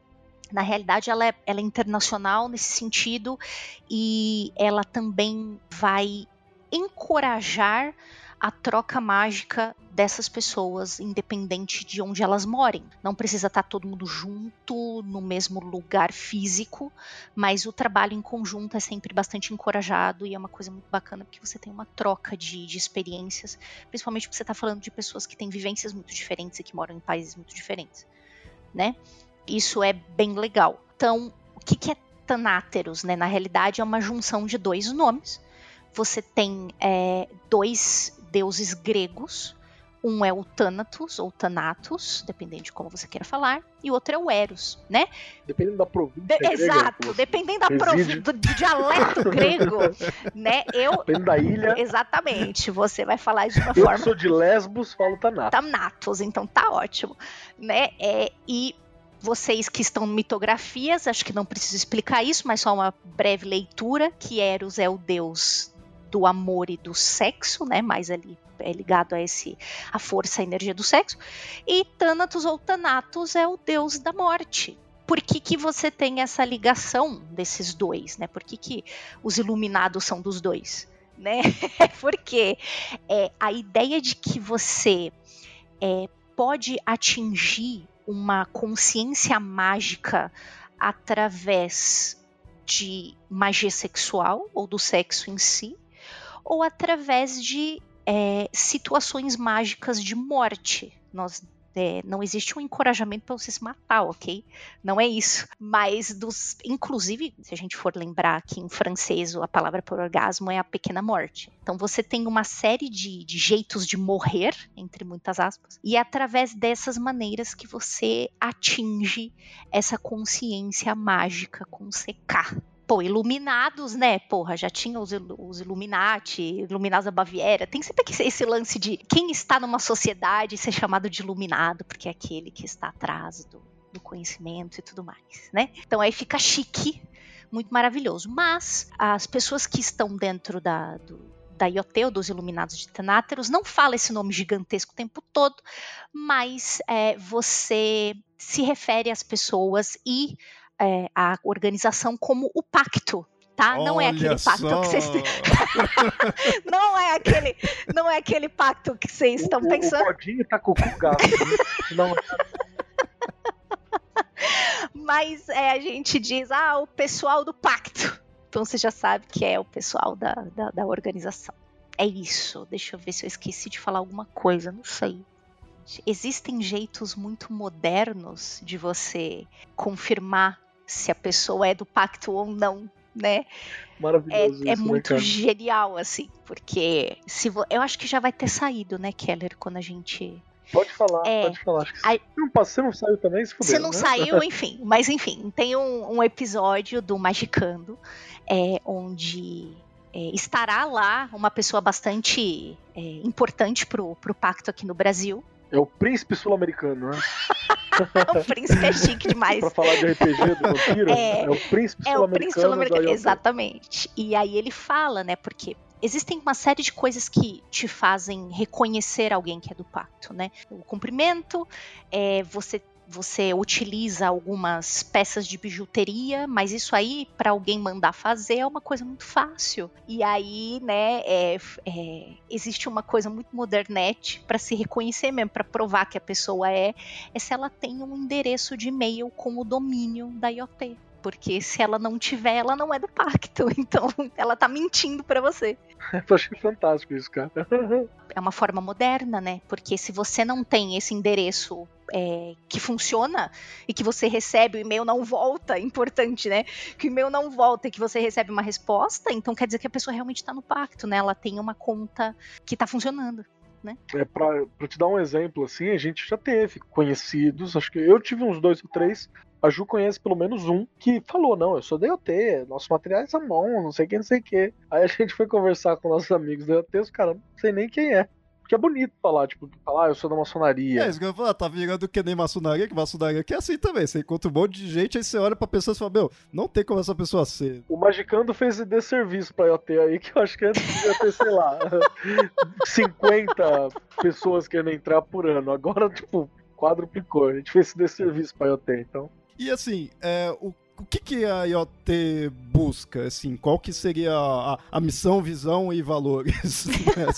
Na realidade, ela é, ela é internacional nesse sentido e ela também vai encorajar a troca mágica dessas pessoas, independente de onde elas morem. Não precisa estar todo mundo junto, no mesmo lugar físico, mas o trabalho em conjunto é sempre bastante encorajado e é uma coisa muito bacana porque você tem uma troca de, de experiências, principalmente porque você está falando de pessoas que têm vivências muito diferentes e que moram em países muito diferentes, né? Isso é bem legal. Então, o que, que é Thanateros, né? Na realidade, é uma junção de dois nomes. Você tem é, dois deuses gregos. Um é o Thanatos, ou Thanatos, dependendo de como você queira falar. E o outro é o Eros, né? Dependendo da província De, grega. Exato, dependendo da provi- do, do dialeto grego, né? Eu, Dependendo da ilha. Exatamente, você vai falar de uma Eu forma... que sou de Lesbos, falo Thanatos. Thanatos, então tá ótimo, né? É, e vocês que estão em mitografias, acho que não preciso explicar isso, mas só uma breve leitura, que Eros é o deus do amor e do sexo, né? Mais ali é ligado a esse a força, a energia do sexo. E Thanatos ou Thanatos é o deus da morte. Por que, que você tem essa ligação desses dois, né? Por que, que os iluminados são dos dois, né? Porque é, a ideia de que você é, pode atingir uma consciência mágica através de magia sexual ou do sexo em si, ou através de é, situações mágicas de morte. Nós, é, não existe um encorajamento para você se matar, ok? Não é isso. Mas, dos, inclusive, se a gente for lembrar que em francês a palavra por orgasmo é a pequena morte. Então você tem uma série de, de jeitos de morrer, entre muitas aspas, e é através dessas maneiras que você atinge essa consciência mágica com C K. Pô, iluminados, né? Porra, já tinha os, os Illuminati, Iluminados da Baviera. Tem sempre esse lance de quem está numa sociedade ser chamado de iluminado, porque é aquele que está atrás do, do conhecimento e tudo mais, né? Então aí fica chique, muito maravilhoso. Mas as pessoas que estão dentro da... Do, da I O T, ou dos Iluminados de Thanateros, não fala esse nome gigantesco o tempo todo, mas é, você se refere às pessoas e é, à organização como o pacto, tá? Não é aquele Olha pacto só. que vocês não é aquele não é aquele pacto que vocês estão o, pensando. O Godinho tá com o cu gato. Não. Mas é, a gente diz, ah, o pessoal do pacto. Então você já sabe que é o pessoal da, da, da organização. É isso. Deixa eu ver se eu esqueci de falar alguma coisa. Não sei. Existem jeitos muito modernos de você confirmar se a pessoa é do pacto ou não, né? Maravilhoso é, é isso, muito né, genial, assim. Porque se vo... eu acho que já vai ter saído, né, Keller, quando a gente... Pode falar, é, pode falar. Acho que a... não, você não saiu também, se fudeu, Você não né? saiu, enfim. Mas enfim, tem um, um episódio do Magicando, é, onde é, estará lá uma pessoa bastante é, importante pro, pro pacto aqui no Brasil. É o príncipe sul-americano, né? O príncipe é chique demais. Pra falar de R P G do vampiro, É, é o príncipe é o príncipe sul-americano. sul-americano, exatamente. E aí ele fala, né, porque existem uma série de coisas que te fazem reconhecer alguém que é do pacto, né? O cumprimento, é, você você utiliza algumas peças de bijuteria, mas isso aí, para alguém mandar fazer, é uma coisa muito fácil. E aí, né, é, é, existe uma coisa muito modernete para se reconhecer mesmo, para provar que a pessoa é, é se ela tem um endereço de e-mail com o domínio da I O T. Porque se ela não tiver, ela não é do pacto. Então, ela tá mentindo pra você. Eu achei fantástico isso, cara. É uma forma moderna, né? Porque se você não tem esse endereço é, que funciona e que você recebe, o e-mail não volta, é importante, né? Que o e-mail não volta e que você recebe uma resposta, então quer dizer que a pessoa realmente tá no pacto, né? Ela tem uma conta que tá funcionando. Né? É, pra, pra te dar um exemplo, assim, a gente já teve conhecidos, acho que eu tive uns dois ou três, a Ju conhece pelo menos um, que falou, não, eu sou da I O T, nossos materiais são bons, não sei quem, não sei o que. Aí a gente foi conversar com nossos amigos da I O T, os caras, não sei nem quem é. Porque é bonito falar, tipo, falar, ah, eu sou da maçonaria. É isso que eu ia falar, tá virando que nem maçonaria, que maçonaria que é assim também. Você encontra um monte de gente, aí você olha pra pessoa e fala, meu, não tem como essa pessoa ser. O Magicando fez esse desserviço pra I O T aí, que eu acho que antes devia ter, sei lá, cinquenta pessoas querendo entrar por ano. Agora, tipo, quadruplicou. A gente fez esse desserviço pra I O T, então... E assim, é, o, o que, que a I O T busca? Assim, qual que seria a, a missão, visão e valores?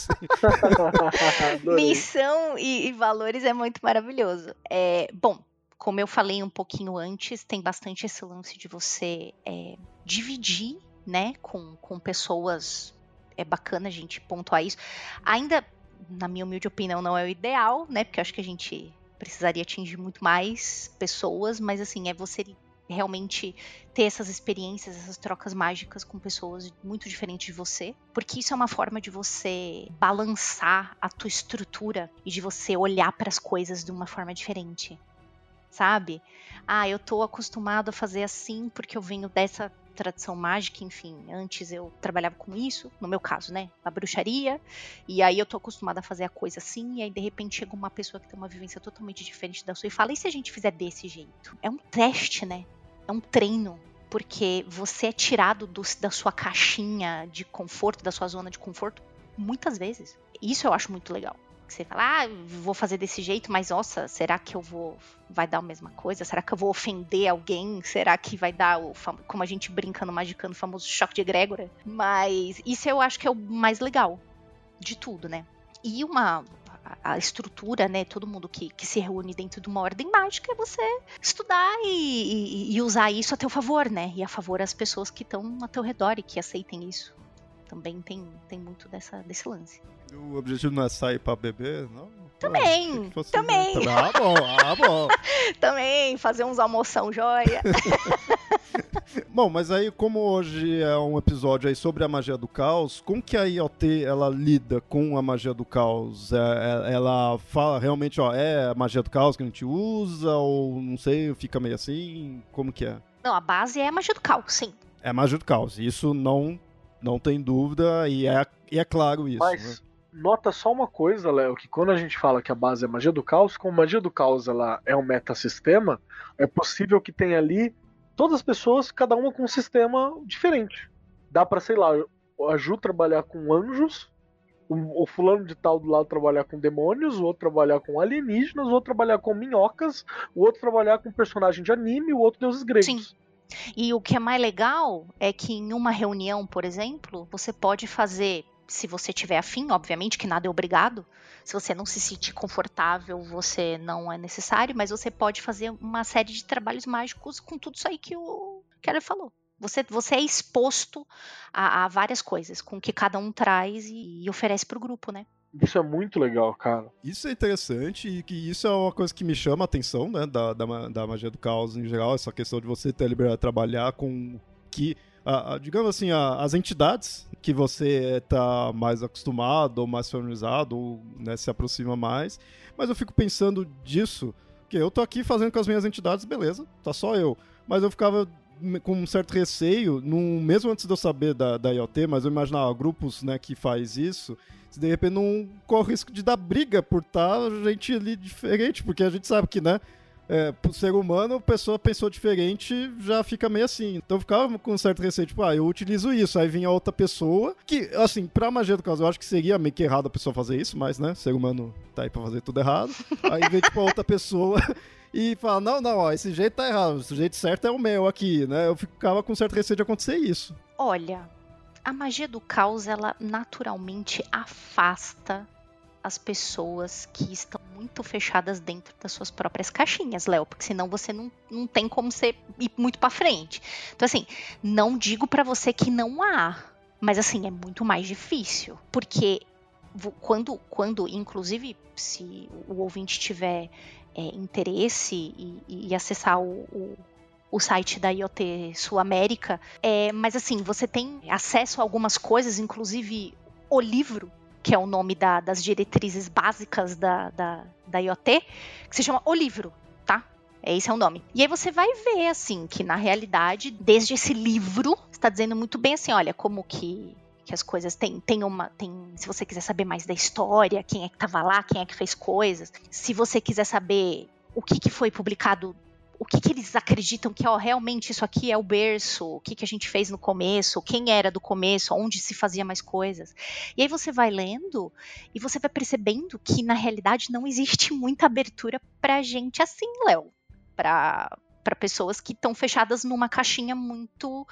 assim. Missão e, e valores é muito maravilhoso. É, bom, como eu falei um pouquinho antes, tem bastante esse lance de você é, dividir, né, com, com pessoas. É bacana a gente pontuar isso. Ainda, na minha humilde opinião, não é o ideal, né, porque eu acho que a gente precisaria atingir muito mais pessoas, mas assim, é você realmente ter essas experiências, essas trocas mágicas com pessoas muito diferentes de você, porque isso é uma forma de você balançar a tua estrutura e de você olhar para as coisas de uma forma diferente, sabe? Ah, eu tô acostumado a fazer assim porque eu venho dessa tradição mágica, enfim, antes eu trabalhava com isso, no meu caso, né, a bruxaria, e aí eu tô acostumada a fazer a coisa assim, e aí de repente chega uma pessoa que tem uma vivência totalmente diferente da sua e fala, e se a gente fizer desse jeito? É um teste, né? É um treino, porque você é tirado do, da sua caixinha de conforto, da sua zona de conforto, muitas vezes. Isso eu acho muito legal. Você fala, ah, vou fazer desse jeito, mas nossa, será que eu vou, vai dar a mesma coisa? Será que eu vou ofender alguém? Será que vai dar, o como a gente brinca no Magicando, o famoso choque de egrégora? Mas isso eu acho que é o mais legal de tudo, né? E uma, a, a estrutura, né, todo mundo que, que se reúne dentro de uma ordem mágica é você estudar e, e, e usar isso a teu favor, né? E a favor das pessoas que estão ao teu redor e que aceitem isso. Também tem, tem muito dessa, desse lance. O objetivo não é sair pra beber, não? Também, fosse... também. Ah, bom, ah, bom. Também, fazer uns almoção joia. Bom, mas aí como hoje é um episódio aí sobre a magia do caos, como que a I O T ela lida com a magia do caos? É, é, ela fala realmente, ó, é a magia do caos que a gente usa ou não sei, fica meio assim? Como que é? Não, a base é a magia do caos, sim. É a magia do caos, isso não, não tem dúvida e é, e é claro isso. Mas... né? Nota só uma coisa, Léo, que quando a gente fala que a base é magia do caos, como magia do caos ela é um metasistema, é possível que tenha ali todas as pessoas, cada uma com um sistema diferente. Dá pra, sei lá, a Ju trabalhar com anjos, o, o fulano de tal do lado trabalhar com demônios, o outro trabalhar com alienígenas, o outro trabalhar com minhocas, o outro trabalhar com personagem de anime, o outro deuses gregos. Sim. E o que é mais legal é que em uma reunião, por exemplo, você pode fazer... Se você tiver afim, obviamente que nada é obrigado. Se você não se sentir confortável, você não é necessário, mas você pode fazer uma série de trabalhos mágicos com tudo isso aí que o Keller falou. Você, você é exposto a, a várias coisas, com o que cada um traz e, e oferece pro grupo, né? Isso é muito legal, cara. Isso é interessante e que isso é uma coisa que me chama a atenção, né, da, da, da magia do caos em geral, essa questão de você ter a liberdade de trabalhar com que... A, a, digamos assim, a, as entidades que você está mais acostumado ou mais familiarizado ou né, se aproxima mais, mas eu fico pensando disso, que eu tô aqui fazendo com as minhas entidades, beleza, tá só eu, mas eu ficava com um certo receio, num, mesmo antes de eu saber da, da I O T, mas eu imaginava grupos né, que faz isso, se de repente não corre o risco de dar briga por estar gente ali diferente, porque a gente sabe que, né, É, pro ser humano, a pessoa pensou diferente, já fica meio assim. Então eu ficava com um certo receio, tipo, ah, eu utilizo isso. Aí vinha outra pessoa, que, assim, pra magia do caos, eu acho que seria meio que errado a pessoa fazer isso, mas, né, ser humano tá aí pra fazer tudo errado. Aí vem, tipo, a outra pessoa e fala, não, não, ó, esse jeito tá errado, o jeito certo é o meu aqui, né? Eu ficava com um certo receio de acontecer isso. Olha, a magia do caos, ela naturalmente afasta as pessoas que estão muito fechadas dentro das suas próprias caixinhas, Léo, porque senão você não, não tem como você ir muito pra frente. Então, assim, não digo pra você que não há, mas, assim, é muito mais difícil, porque quando, quando inclusive, se o ouvinte tiver é, interesse e, e, e acessar o, o o site da I O T Sul América, é, mas assim, você tem acesso a algumas coisas, inclusive o livro, que é o nome da, das diretrizes básicas da, da, da I O T, que se chama O Livro, tá? Esse é o nome. E aí você vai ver, assim, que na realidade, desde esse livro, está dizendo muito bem assim, olha, como que, que as coisas têm, tem uma, tem, se você quiser saber mais da história, quem é que estava lá, quem é que fez coisas, se você quiser saber o que, que foi publicado, o que, que eles acreditam que, ó, realmente isso aqui é o berço, o que, que a gente fez no começo, quem era do começo, onde se fazia mais coisas. E aí você vai lendo e você vai percebendo que, na realidade, não existe muita abertura pra gente assim, Léo. Pra, para pessoas que estão fechadas numa caixinha muito...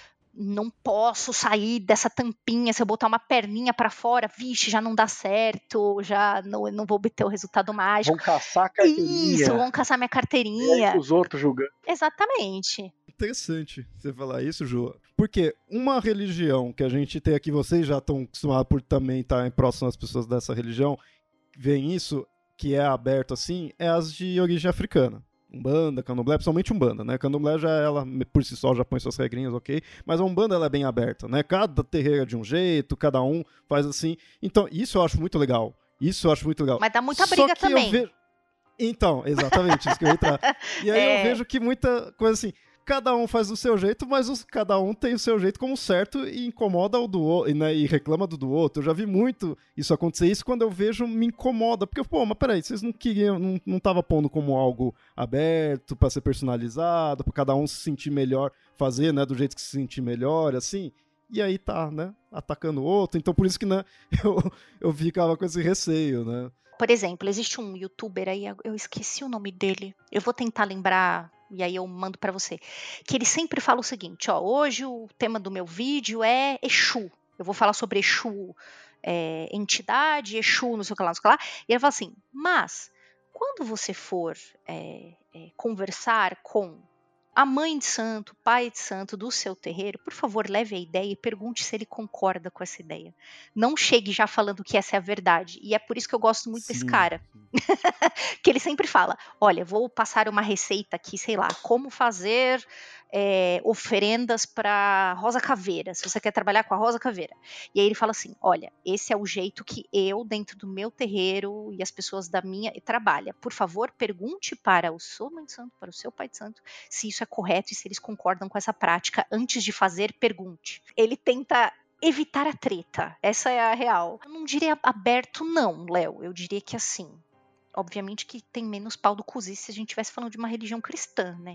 Não posso sair dessa tampinha, se eu botar uma perninha para fora, vixe, já não dá certo, já não, não vou obter o resultado mágico. Vão caçar a carteirinha. Isso, vão caçar minha carteirinha. E aí os outros julgando. Exatamente. Interessante você falar isso, Joa. Porque uma religião que a gente tem aqui, vocês já estão acostumados por também estar próximo às pessoas dessa religião, veem isso, que é aberto assim, é as de origem africana. Umbanda, Candomblé, principalmente Umbanda, né? Candomblé já, ela, por si só, já põe suas regrinhas, ok? Mas a Umbanda, ela é bem aberta, né? Cada terreiro é de um jeito, cada um faz assim. Então, isso eu acho muito legal. Isso eu acho muito legal. Mas dá muita Só briga que também. Eu ve... Então, exatamente, isso que eu ia entrar. E aí É. eu vejo que muita coisa assim, cada um faz do seu jeito, mas os, cada um tem o seu jeito como certo e incomoda o do outro, né, e reclama do do outro. Eu já vi muito isso acontecer. Isso quando eu vejo me incomoda, porque, pô, mas peraí, vocês não queriam, não, não tava pondo como algo aberto, pra ser personalizado, pra cada um se sentir melhor, fazer, né, do jeito que se sentir melhor, assim. E aí tá, né, atacando o outro. Então por isso que, né, eu, eu ficava com esse receio, né. Por exemplo, existe um youtuber aí, eu esqueci o nome dele. Eu vou tentar lembrar, e aí eu mando pra você. Que ele sempre fala o seguinte, ó, hoje o tema do meu vídeo é Exu. Eu vou falar sobre Exu, é, entidade, Exu, não sei o que lá, não sei o que lá. E ele fala assim, mas quando você for é, é, conversar com a mãe de santo, pai de santo do seu terreiro, por favor, leve a ideia e pergunte se ele concorda com essa ideia. Não chegue já falando que essa é a verdade. E é por isso que eu gosto muito Sim. desse cara. Que ele sempre fala, olha, vou passar uma receita aqui, sei lá, como fazer é, oferendas para Rosa Caveira, se você quer trabalhar com a Rosa Caveira. E aí ele fala assim, olha, esse é o jeito que eu, dentro do meu terreiro e as pessoas da minha, trabalha. Por favor, pergunte para o seu mãe de santo, para o seu pai de santo, se isso é correto e se eles concordam com essa prática. Antes de fazer, pergunte. Ele tenta evitar a treta, essa é a real. Eu não diria aberto não, Léo, eu diria que assim... Obviamente que tem menos pau do cozice se a gente estivesse falando de uma religião cristã, né?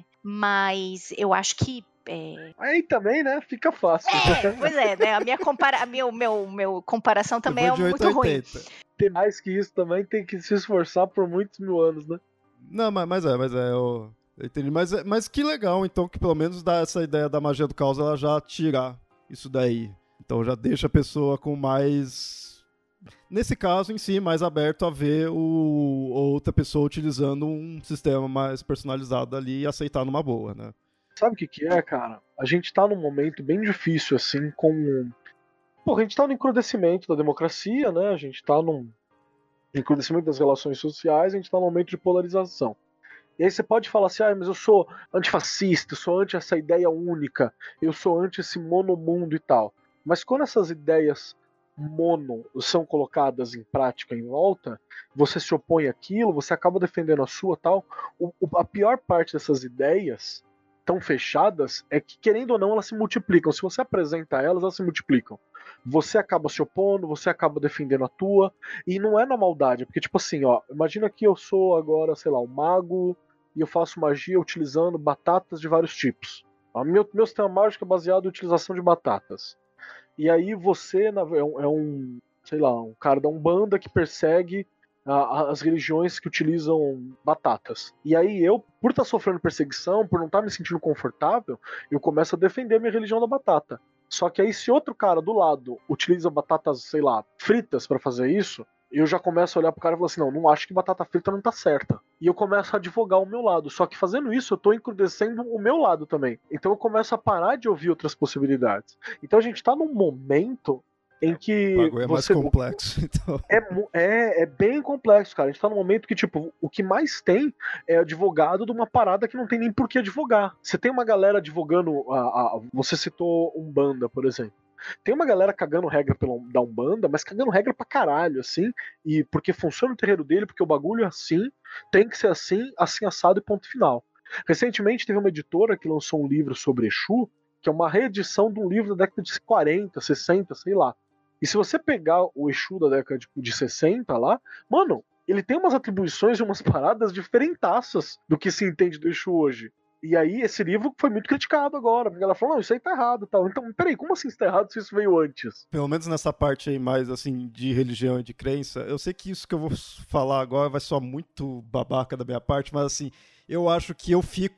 Mas eu acho que... É... Aí também, né? Fica fácil. É, pois é, né? A minha, compara... a meu, meu, meu comparação também é muito ruim. Tem mais que isso também, tem que se esforçar por muitos mil anos, né? Não, mas, mas é, mas é, eu, eu entendi. Mas, mas que legal, então, que pelo menos dá essa ideia da magia do caos, ela já tirar isso daí. Então já deixa a pessoa com mais... Nesse caso em si, mais aberto a ver o, outra pessoa utilizando um sistema mais personalizado ali e aceitar numa boa, né? Sabe o que que é, cara? A gente tá num momento bem difícil, assim, com... Pô, a gente tá no encrudecimento da democracia, né? A gente tá num encrudecimento das relações sociais, a gente tá num momento de polarização. E aí você pode falar assim, ah, mas eu sou antifascista, eu sou anti essa ideia única, eu sou anti esse monomundo e tal. Mas quando essas ideias mono são colocadas em prática em volta, você se opõe àquilo, você acaba defendendo a sua tal. O, o, a pior parte dessas ideias tão fechadas é que, querendo ou não, elas se multiplicam. Se você apresenta elas, elas se multiplicam. Você acaba se opondo, você acaba defendendo a tua, e não é na maldade, porque tipo assim, ó, imagina que eu sou agora, sei lá, um mago e eu faço magia utilizando batatas de vários tipos. O meu, meu sistema mágico é baseado em utilização de batatas. E aí você é um, é um, sei lá, um cara da Umbanda que persegue a, as religiões que utilizam batatas. E aí eu, por estar sofrendo perseguição, por não estar me sentindo confortável, eu começo a defender a minha religião da batata. Só que aí se outro cara do lado utiliza batatas, sei lá, fritas para fazer isso, eu já começo a olhar pro cara e falar assim, não, não acho que batata frita não tá certa. E eu começo a advogar o meu lado. Só que fazendo isso, eu tô encrudecendo o meu lado também. Então eu começo a parar de ouvir outras possibilidades. Então a gente tá num momento em que... O bagulho é mais você... complexo, então... É, é, é bem complexo, cara. A gente tá num momento que, tipo, o que mais tem é advogado de uma parada que não tem nem por que advogar. Você tem uma galera advogando... A, a, você citou Umbanda, por exemplo. Tem uma galera cagando regra pela, da Umbanda, mas cagando regra pra caralho, assim, e porque funciona o terreiro dele, porque o bagulho é assim, tem que ser assim, assim assado e ponto final. Recentemente teve uma editora que lançou um livro sobre Exu, que é uma reedição de um livro da década de quarenta, sessenta, sei lá. E se você pegar o Exu da década de, de sessenta lá, mano, ele tem umas atribuições e umas paradas diferentaças do que se entende do Exu hoje. E aí, esse livro foi muito criticado agora, porque ela falou, não, isso aí tá errado e tal. Então, peraí, como assim isso tá errado se isso veio antes? Pelo menos nessa parte aí mais, assim, de religião e de crença, eu sei que isso que eu vou falar agora vai soar muito babaca da minha parte, mas, assim, eu acho que eu fico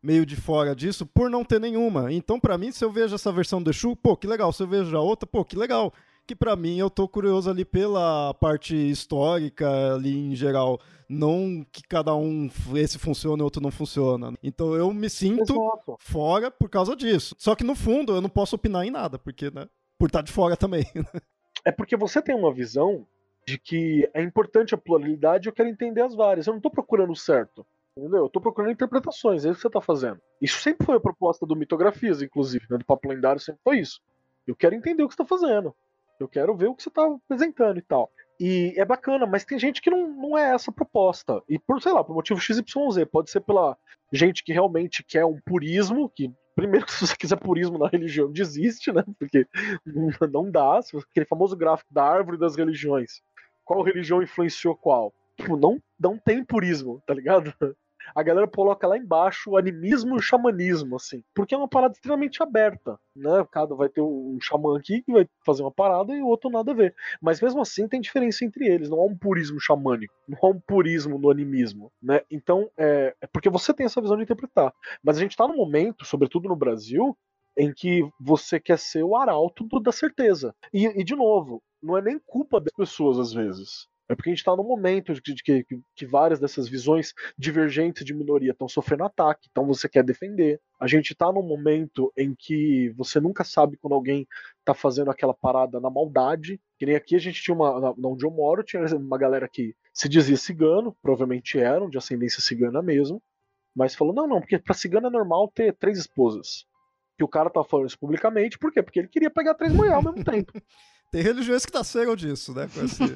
meio de fora disso por não ter nenhuma. Então, pra mim, se eu vejo essa versão do Exu, pô, que legal. Se eu vejo a outra, pô, que legal. Que pra mim, eu tô curioso ali pela parte histórica ali em geral. Não que cada um, esse funciona e outro não funciona. Então, eu me sinto Exato. fora por causa disso. Só que, no fundo, eu não posso opinar em nada, porque, né, por estar de fora também. É porque você tem uma visão de que é importante a pluralidade e eu quero entender as várias. Eu não tô procurando o certo. Entendeu? Eu tô procurando interpretações, é isso que você tá fazendo. Isso sempre foi a proposta do Mitografias, inclusive, né? Do Papo Lendário sempre foi isso. Eu quero entender o que você tá fazendo. Eu quero ver o que você tá apresentando e tal. E é bacana, mas tem gente que não, não é essa a proposta. E por, sei lá, por motivo X Y Z. Pode ser pela gente que realmente quer um purismo, que primeiro que se você quiser purismo na religião, desiste, né? Porque não dá. Aquele famoso gráfico da árvore das religiões. Qual religião influenciou qual? Tipo, não, não tem purismo, tá ligado? A galera coloca lá embaixo o animismo e o xamanismo, assim. Porque é uma parada extremamente aberta, né? Cada vai ter um xamã aqui que vai fazer uma parada e o outro nada a ver. Mas mesmo assim tem diferença entre eles. Não há um purismo xamânico. Não há um purismo no animismo, né? Então, é, é porque você tem essa visão de interpretar. Mas a gente tá num momento, sobretudo no Brasil, em que você quer ser o arauto do, da certeza. E, e, de novo, não é nem culpa das pessoas, às vezes. É porque a gente está num momento de que, que, que várias dessas visões divergentes de minoria estão sofrendo ataque, então você quer defender. A gente está num momento em que você nunca sabe quando alguém está fazendo aquela parada na maldade. Que nem aqui a gente tinha uma. Na, onde eu moro, tinha uma galera que se dizia cigano, provavelmente eram, de ascendência cigana mesmo, mas falou: não, não, porque para cigano é normal ter três esposas. Que o cara tá falando isso publicamente, por quê? Porque ele queria pegar três mulheres ao mesmo tempo. Tem religiões que tá cegam disso, né? Com esse...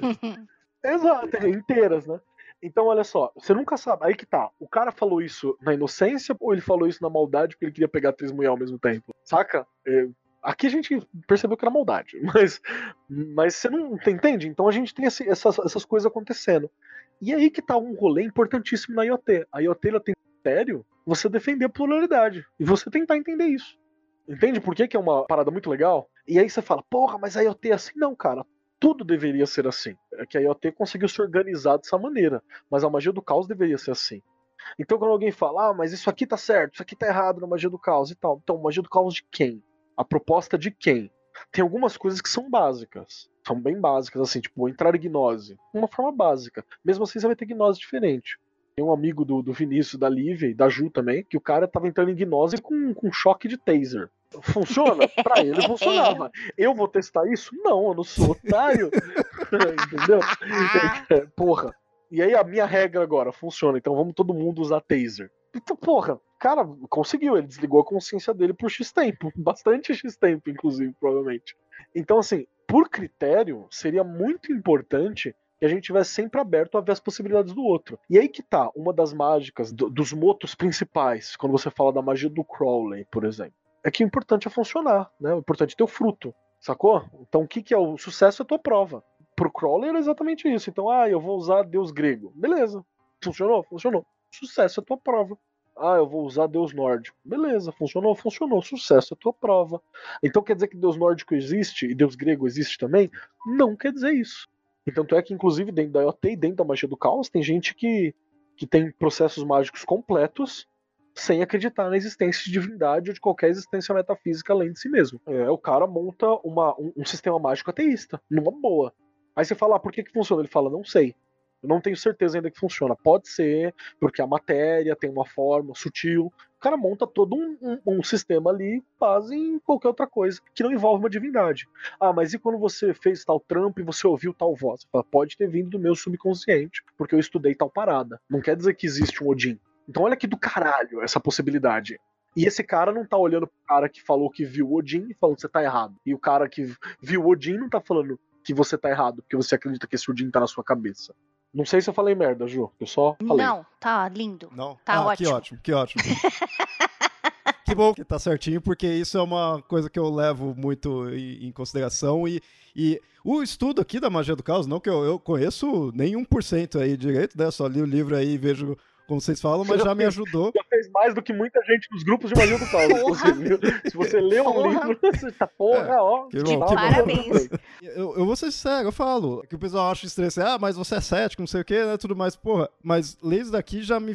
Exato, inteiras, né? Então, olha só, você nunca sabe. Aí que tá. O cara falou isso na inocência ou ele falou isso na maldade porque ele queria pegar três mulheres ao mesmo tempo? Saca? É, aqui a gente percebeu que era maldade, mas, mas você não entende? Então a gente tem esse, essas, essas coisas acontecendo. E aí que tá um rolê importantíssimo na I O T. A I O T ela tem critério você defender a pluralidade e você tentar entender isso. Entende por que, que é uma parada muito legal? E aí você fala, porra, mas a I O T é assim? Não, cara. Tudo deveria ser assim. É que a I O T conseguiu se organizar dessa maneira. Mas a magia do caos deveria ser assim. Então quando alguém fala, ah, mas isso aqui tá certo, isso aqui tá errado na magia do caos e tal. Então, magia do caos de quem? A proposta de quem? Tem algumas coisas que são básicas. São bem básicas, assim, tipo, entrar em gnose. Uma forma básica. Mesmo assim, você vai ter gnose diferente. Tem um amigo do, do Vinícius, da Lívia e da Ju também, que o cara tava entrando em gnose com, com choque de taser. Funciona? Pra ele funcionava. Eu vou testar isso? Não, eu não sou otário. Entendeu? É, porra. E aí a minha regra agora funciona, então vamos todo mundo usar taser. Então, porra, cara, conseguiu. Ele desligou a consciência dele por X tempo. Bastante X tempo, inclusive, provavelmente. Então, assim, por critério, seria muito importante que a gente estivesse sempre aberto a ver as possibilidades do outro. E aí que tá, uma das mágicas, do, dos motos principais, quando você fala da magia do Crowley, por exemplo, é que o importante é funcionar, né? O importante é ter o fruto, sacou? Então o que, que é o sucesso? É a tua prova. Pro Crowley era exatamente isso. Então, ah, eu vou usar Deus grego. Beleza. Funcionou? Funcionou. Sucesso é a tua prova. Ah, eu vou usar Deus nórdico. Beleza, funcionou? Funcionou. Sucesso é a tua prova. Então quer dizer que Deus nórdico existe e Deus grego existe também? Não quer dizer isso. Então é que, inclusive, dentro da I O T e dentro da magia do caos, tem gente que, que tem processos mágicos completos sem acreditar na existência de divindade ou de qualquer existência metafísica além de si mesmo. É, o cara monta uma, um, um sistema mágico ateísta, numa boa. Aí você fala, ah, por que que funciona? Ele fala, não sei. Eu não tenho certeza ainda que funciona. Pode ser, porque a matéria tem uma forma sutil. O cara monta todo um, um, um sistema ali, base em qualquer outra coisa, que não envolve uma divindade. Ah, mas e quando você fez tal trampo e você ouviu tal voz? Você fala, pode ter vindo do meu subconsciente, porque eu estudei tal parada. Não quer dizer que existe um Odin. Então olha que do caralho essa possibilidade. E esse cara não tá olhando pro cara que falou que viu o Odin e falando que você tá errado. E o cara que viu o Odin não tá falando que você tá errado, porque você acredita que esse Odin tá na sua cabeça. Não sei se eu falei merda, Ju. Eu só falei. Não, tá lindo. Não? Tá ah, ótimo. Que ótimo, que ótimo. Que bom que tá certinho, porque isso é uma coisa que eu levo muito em, em consideração. E, e o estudo aqui da magia do caos, não que eu, eu conheço nem um por cento aí direito, né? Só li o livro aí e vejo como vocês falam, mas já, já me ajudou. Já fez mais do que muita gente nos grupos de magia do caos, inclusive, viu? Se você lê um Porra. livro, você tá, porra, É, ó. que bom, tá, que Parabéns. Eu, eu vou ser sincero, eu falo que o pessoal acha estranho, assim, ah, mas você é cético, não sei o que, né, tudo mais. Porra, mas ler isso daqui já me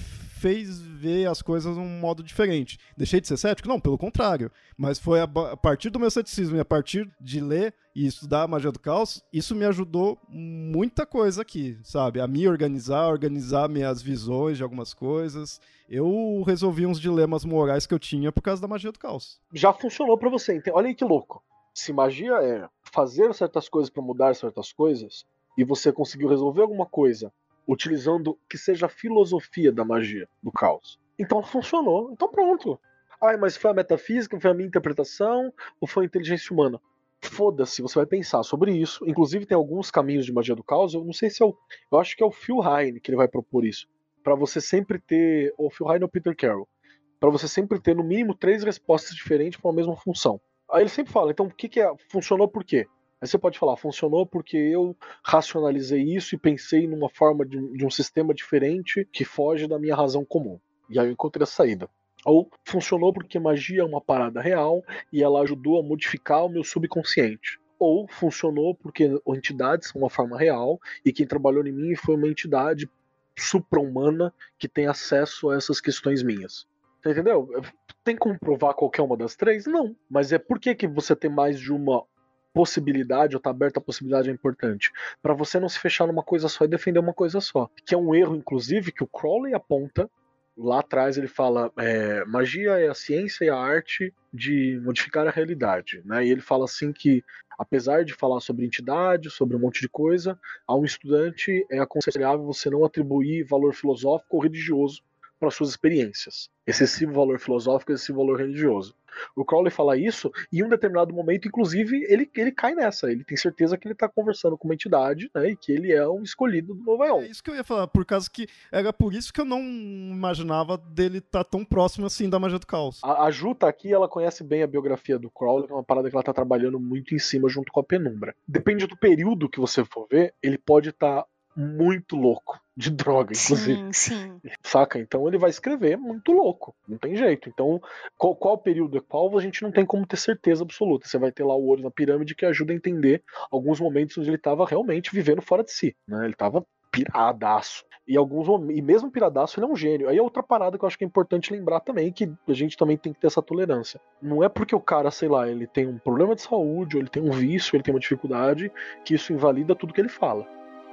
fez ver as coisas de um modo diferente. Deixei de ser cético? Não, pelo contrário. Mas foi a, a partir do meu ceticismo e a partir de ler e estudar a magia do caos, isso me ajudou muita coisa aqui, sabe? A me organizar, organizar minhas visões de algumas coisas. Eu resolvi uns dilemas morais que eu tinha por causa da magia do caos. Já funcionou pra você, então olha aí que louco. Se magia é fazer certas coisas pra mudar certas coisas, e você conseguiu resolver alguma coisa utilizando que seja a filosofia da magia do caos, então funcionou, então pronto. Ah, mas foi a metafísica, foi a minha interpretação, ou foi a inteligência humana? Foda-se, você vai pensar sobre isso. Inclusive tem alguns caminhos de magia do caos, eu não sei se é o... Eu acho que é o Phil Hine que ele vai propor isso. Pra você sempre ter... Ou Phil Hine ou Peter Carroll. Pra você sempre ter, no mínimo, três respostas diferentes para a mesma função. Aí ele sempre fala, então o que, que é... Funcionou por quê? Aí você pode falar, funcionou porque eu racionalizei isso e pensei numa forma de, de um sistema diferente que foge da minha razão comum. E aí eu encontrei a saída. Ou funcionou porque magia é uma parada real e ela ajudou a modificar o meu subconsciente. Ou funcionou porque entidades são uma forma real e quem trabalhou em mim foi uma entidade supra-humana que tem acesso a essas questões minhas. Você entendeu? Tem como provar qualquer uma das três? Não. Mas é por que, que você tem mais de uma possibilidade, ou tá aberta a possibilidade é importante? Para você não se fechar numa coisa só e defender uma coisa só. Que é um erro, inclusive, que o Crowley aponta. Lá atrás ele fala, é, magia é a ciência e a arte de modificar a realidade, né? E ele fala assim que, apesar de falar sobre entidade, sobre um monte de coisa, a um estudante é aconselhável você não atribuir valor filosófico ou religioso para suas experiências. Excessivo valor filosófico, excessivo valor religioso. O Crowley fala isso e em um determinado momento, inclusive, ele, ele cai nessa. Ele tem certeza que ele está conversando com uma entidade, né, e que ele é um escolhido do Novo Éon. É isso que eu ia falar, por causa que era por isso que eu não imaginava dele estar tá tão próximo assim da magia do caos. A, a Ju tá aqui, ela conhece bem a biografia do Crowley, que é uma parada que ela tá trabalhando muito em cima junto com a Penumbra. Depende do período que você for ver, ele pode estar tá muito louco de droga, inclusive. Sim, sim. Saca? Então ele vai escrever muito louco, não tem jeito. Então, qual, qual período é qual, a gente não tem como ter certeza absoluta. Você vai ter lá o olho na pirâmide que ajuda a entender alguns momentos onde ele estava realmente vivendo fora de si, né? Ele estava piradaço. E alguns e mesmo piradaço, ele é um gênio. Aí é outra parada que eu acho que é importante lembrar também, que a gente também tem que ter essa tolerância. Não é porque o cara, sei lá, ele tem um problema de saúde, ou ele tem um vício, ele tem uma dificuldade, que isso invalida tudo que ele fala.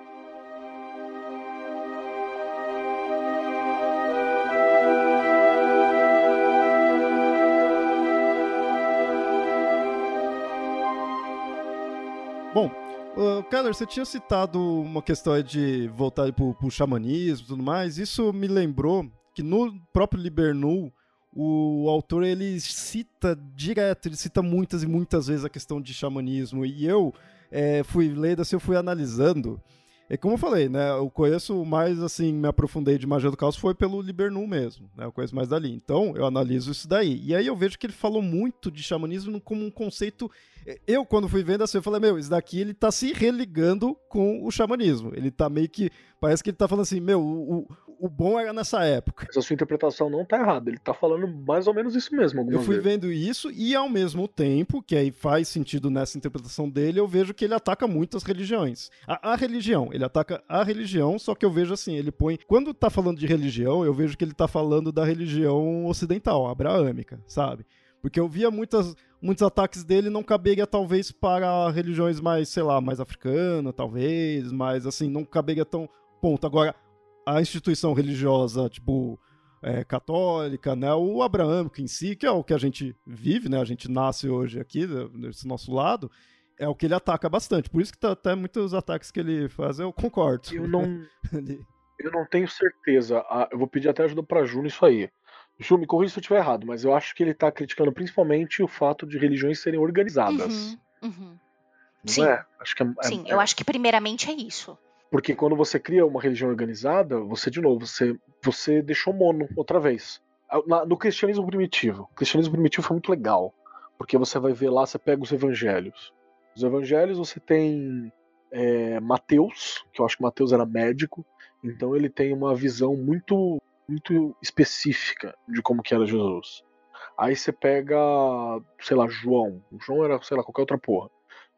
Bom, uh, Keller, você tinha citado uma questão de voltar pro, pro xamanismo e tudo mais. Isso me lembrou que no próprio Liber Null, o autor ele cita direto, ele cita muitas e muitas vezes a questão de xamanismo. E eu é, fui lendo, assim, eu fui analisando. É como eu falei, né? Eu conheço mais, assim, me aprofundei de magia do caos foi pelo Liber Null mesmo, né? Eu conheço mais dali. Então, eu analiso isso daí. E aí eu vejo que ele falou muito de xamanismo como um conceito... Eu, quando fui vendo assim, eu falei, meu, isso daqui ele tá se religando com o xamanismo. Ele tá meio que... Parece que ele tá falando assim, meu, o, o bom era nessa época. Essa sua interpretação não tá errada. Ele tá falando mais ou menos isso mesmo. Eu fui vezes. vendo isso e, ao mesmo tempo, que aí faz sentido nessa interpretação dele, eu vejo que ele ataca muito as religiões. A, a religião, ele ataca a religião, só que eu vejo assim, ele põe... Quando tá falando de religião, eu vejo que ele tá falando da religião ocidental, abraâmica, sabe? Porque eu via muitas, muitos ataques dele não caberia, talvez, para religiões mais, sei lá, mais africanas, talvez, mas, assim, não caberia tão... Ponto. Agora, a instituição religiosa, tipo, é, católica, né, o abraâmico em si, que é o que a gente vive, né, a gente nasce hoje aqui, desse nosso lado, é o que ele ataca bastante. Por isso que tá, até muitos ataques que ele faz, eu concordo. Eu não, eu não tenho certeza. Eu vou pedir até ajuda pra Ju nisso aí. Ju, me corrija se eu estiver errado, mas eu acho que ele tá criticando principalmente o fato de religiões serem organizadas. Uhum, uhum. Não Sim. é? Acho que é, Sim, é, eu acho que primeiramente é isso. Porque quando você cria uma religião organizada, você, de novo, você, você deixou mono outra vez. No cristianismo primitivo. O cristianismo primitivo foi muito legal. Porque você vai ver lá, você pega os evangelhos. Os evangelhos você tem é, Mateus, que eu acho que Mateus era médico, então ele tem uma visão muito, muito específica de como que era Jesus. Aí você pega, sei lá, João. João era, sei lá, qualquer outra porra.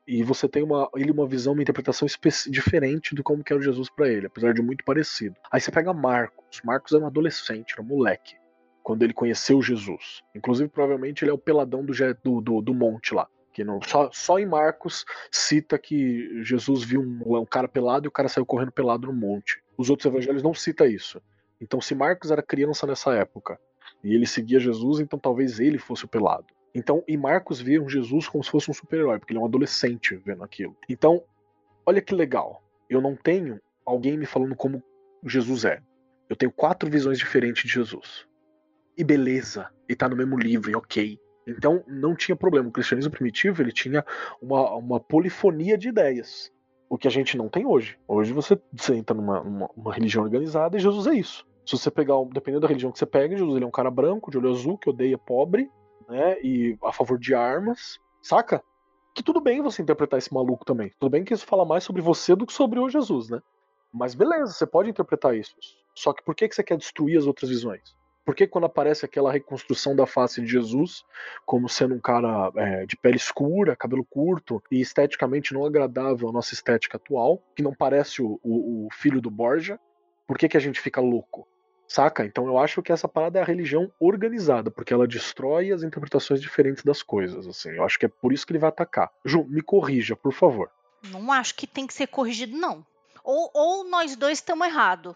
E você tem uma, ele uma visão, uma interpretação especi- diferente do como que era o Jesus para ele, apesar de muito parecido. Aí você pega Marcos. Marcos era um adolescente, era um moleque, quando ele conheceu Jesus. Inclusive, provavelmente, ele é o peladão do, do, do, do monte lá. Que não, só, só em Marcos cita que Jesus viu um, um cara pelado e o cara saiu correndo pelado no monte. Os outros evangelhos não citam isso. Então, se Marcos era criança nessa época e ele seguia Jesus, então talvez ele fosse o pelado. Então, e Marcos via um Jesus como se fosse um super-herói, porque ele é um adolescente vendo aquilo. Então, olha que legal. Eu não tenho alguém me falando como Jesus é. Eu tenho quatro visões diferentes de Jesus. E beleza, e tá no mesmo livro, e ok. Então, não tinha problema. O cristianismo primitivo, ele tinha uma, uma polifonia de ideias. O que a gente não tem hoje. Hoje você, você entra numa, numa, numa religião organizada e Jesus é isso. Se você pegar, dependendo da religião que você pega, Jesus ele é um cara branco, de olho azul, que odeia pobre, né, e a favor de armas, saca? Que tudo bem você interpretar esse maluco também. Tudo bem que isso fala mais sobre você do que sobre o Jesus, né? Mas beleza, você pode interpretar isso. Só que por que você quer destruir as outras visões? Por que quando aparece aquela reconstrução da face de Jesus, como sendo um cara é, de pele escura, cabelo curto e esteticamente não agradável à nossa estética atual, que não parece o, o, o filho do Borja, por que, que a gente fica louco? Saca? Então eu acho que essa parada é a religião organizada, porque ela destrói as interpretações diferentes das coisas, assim. Eu acho que é por isso que ele vai atacar. Ju, me corrija, por favor. Não acho que tem que ser corrigido, não. Ou, ou nós dois estamos errados.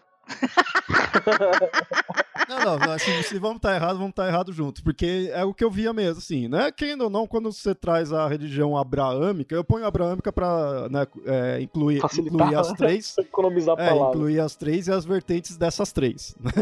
Não, não, não se, se vamos estar errados, vamos estar errados juntos, porque é o que eu via mesmo, assim, né? Querendo ou não, quando você traz a religião abraâmica, eu ponho a abraâmica para, né, é, incluir, incluir as três, economizar é, palavras. incluir as três e as vertentes dessas três, né?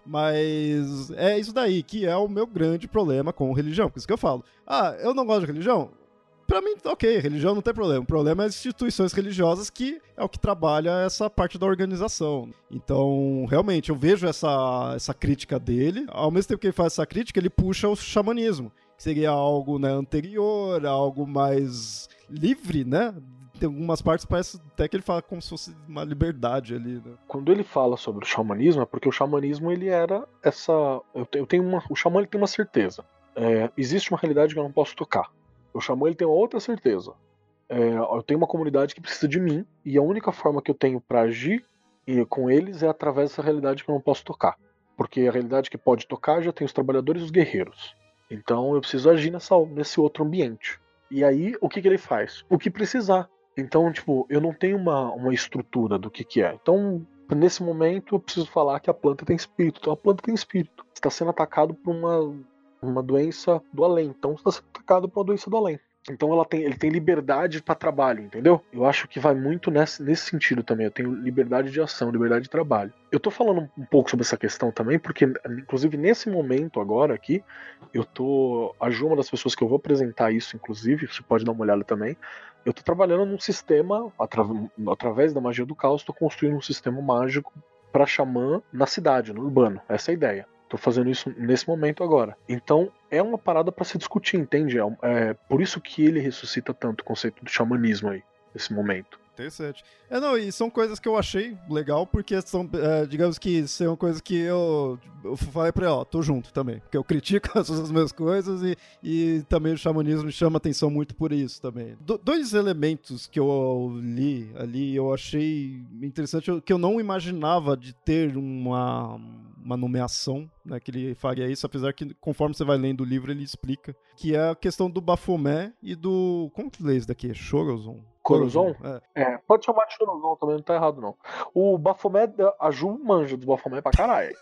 Mas é isso daí que é o meu grande problema com religião, por isso que eu falo, ah, eu não gosto de religião? Pra mim, ok, religião não tem problema. O problema é as instituições religiosas, que é o que trabalha essa parte da organização. Então, realmente, eu vejo essa, essa crítica dele. Ao mesmo tempo que ele faz essa crítica, ele puxa o xamanismo, que seria algo, né, anterior, algo mais livre, né? Tem algumas partes, parece até que ele fala como se fosse uma liberdade ali, né? Quando ele fala sobre o xamanismo, é porque o xamanismo, ele era essa... Eu tenho uma... O xamã, ele tem uma certeza. É, existe uma realidade que eu não posso tocar. O xamã, ele tem uma outra certeza. É, eu tenho uma comunidade que precisa de mim, e a única forma que eu tenho para agir com eles é através dessa realidade que eu não posso tocar. Porque a realidade que pode tocar já tem os trabalhadores e os guerreiros. Então eu preciso agir nessa, nesse outro ambiente. E aí, o que, que ele faz? O que precisar. Então, tipo, eu não tenho uma, uma estrutura do que, que é. Então, nesse momento, eu preciso falar que a planta tem espírito. Então, a planta tem espírito. Está sendo atacado por uma... uma doença do além, então está sendo atacado por uma doença do além. Então ela tem, ele tem liberdade para trabalho, entendeu? Eu acho que vai muito nesse, nesse sentido também. Eu tenho liberdade de ação, liberdade de trabalho. Eu tô falando um pouco sobre essa questão também, porque, inclusive, nesse momento agora aqui, eu tô... A Ju é uma das pessoas que eu vou apresentar isso, inclusive, você pode dar uma olhada também. Eu tô trabalhando num sistema, atra, através da magia do caos, tô construindo um sistema mágico para xamã na cidade, no urbano. Essa é a ideia. Tô fazendo isso nesse momento agora. Então, é uma parada para se discutir, entende? É, é por isso que ele ressuscita tanto o conceito do xamanismo aí, nesse momento. Interessante. É, não, e são coisas que eu achei legal, porque são, é, digamos que são coisas que eu, eu falei pra ele, ó, tô junto também, porque eu critico as, as mesmas coisas e, e também o xamanismo chama atenção muito por isso também. Do, dois elementos que eu li ali, eu achei interessante, que eu não imaginava de ter uma, uma nomeação, né, que ele faria isso, apesar que conforme você vai lendo o livro ele explica, que é a questão do Baphomet e do... Como que lê isso daqui? Chorazon? Corozon? É. é, pode chamar de Corozon também, não tá errado não. O Baphomet, a Ju manja do Baphomet pra caralho.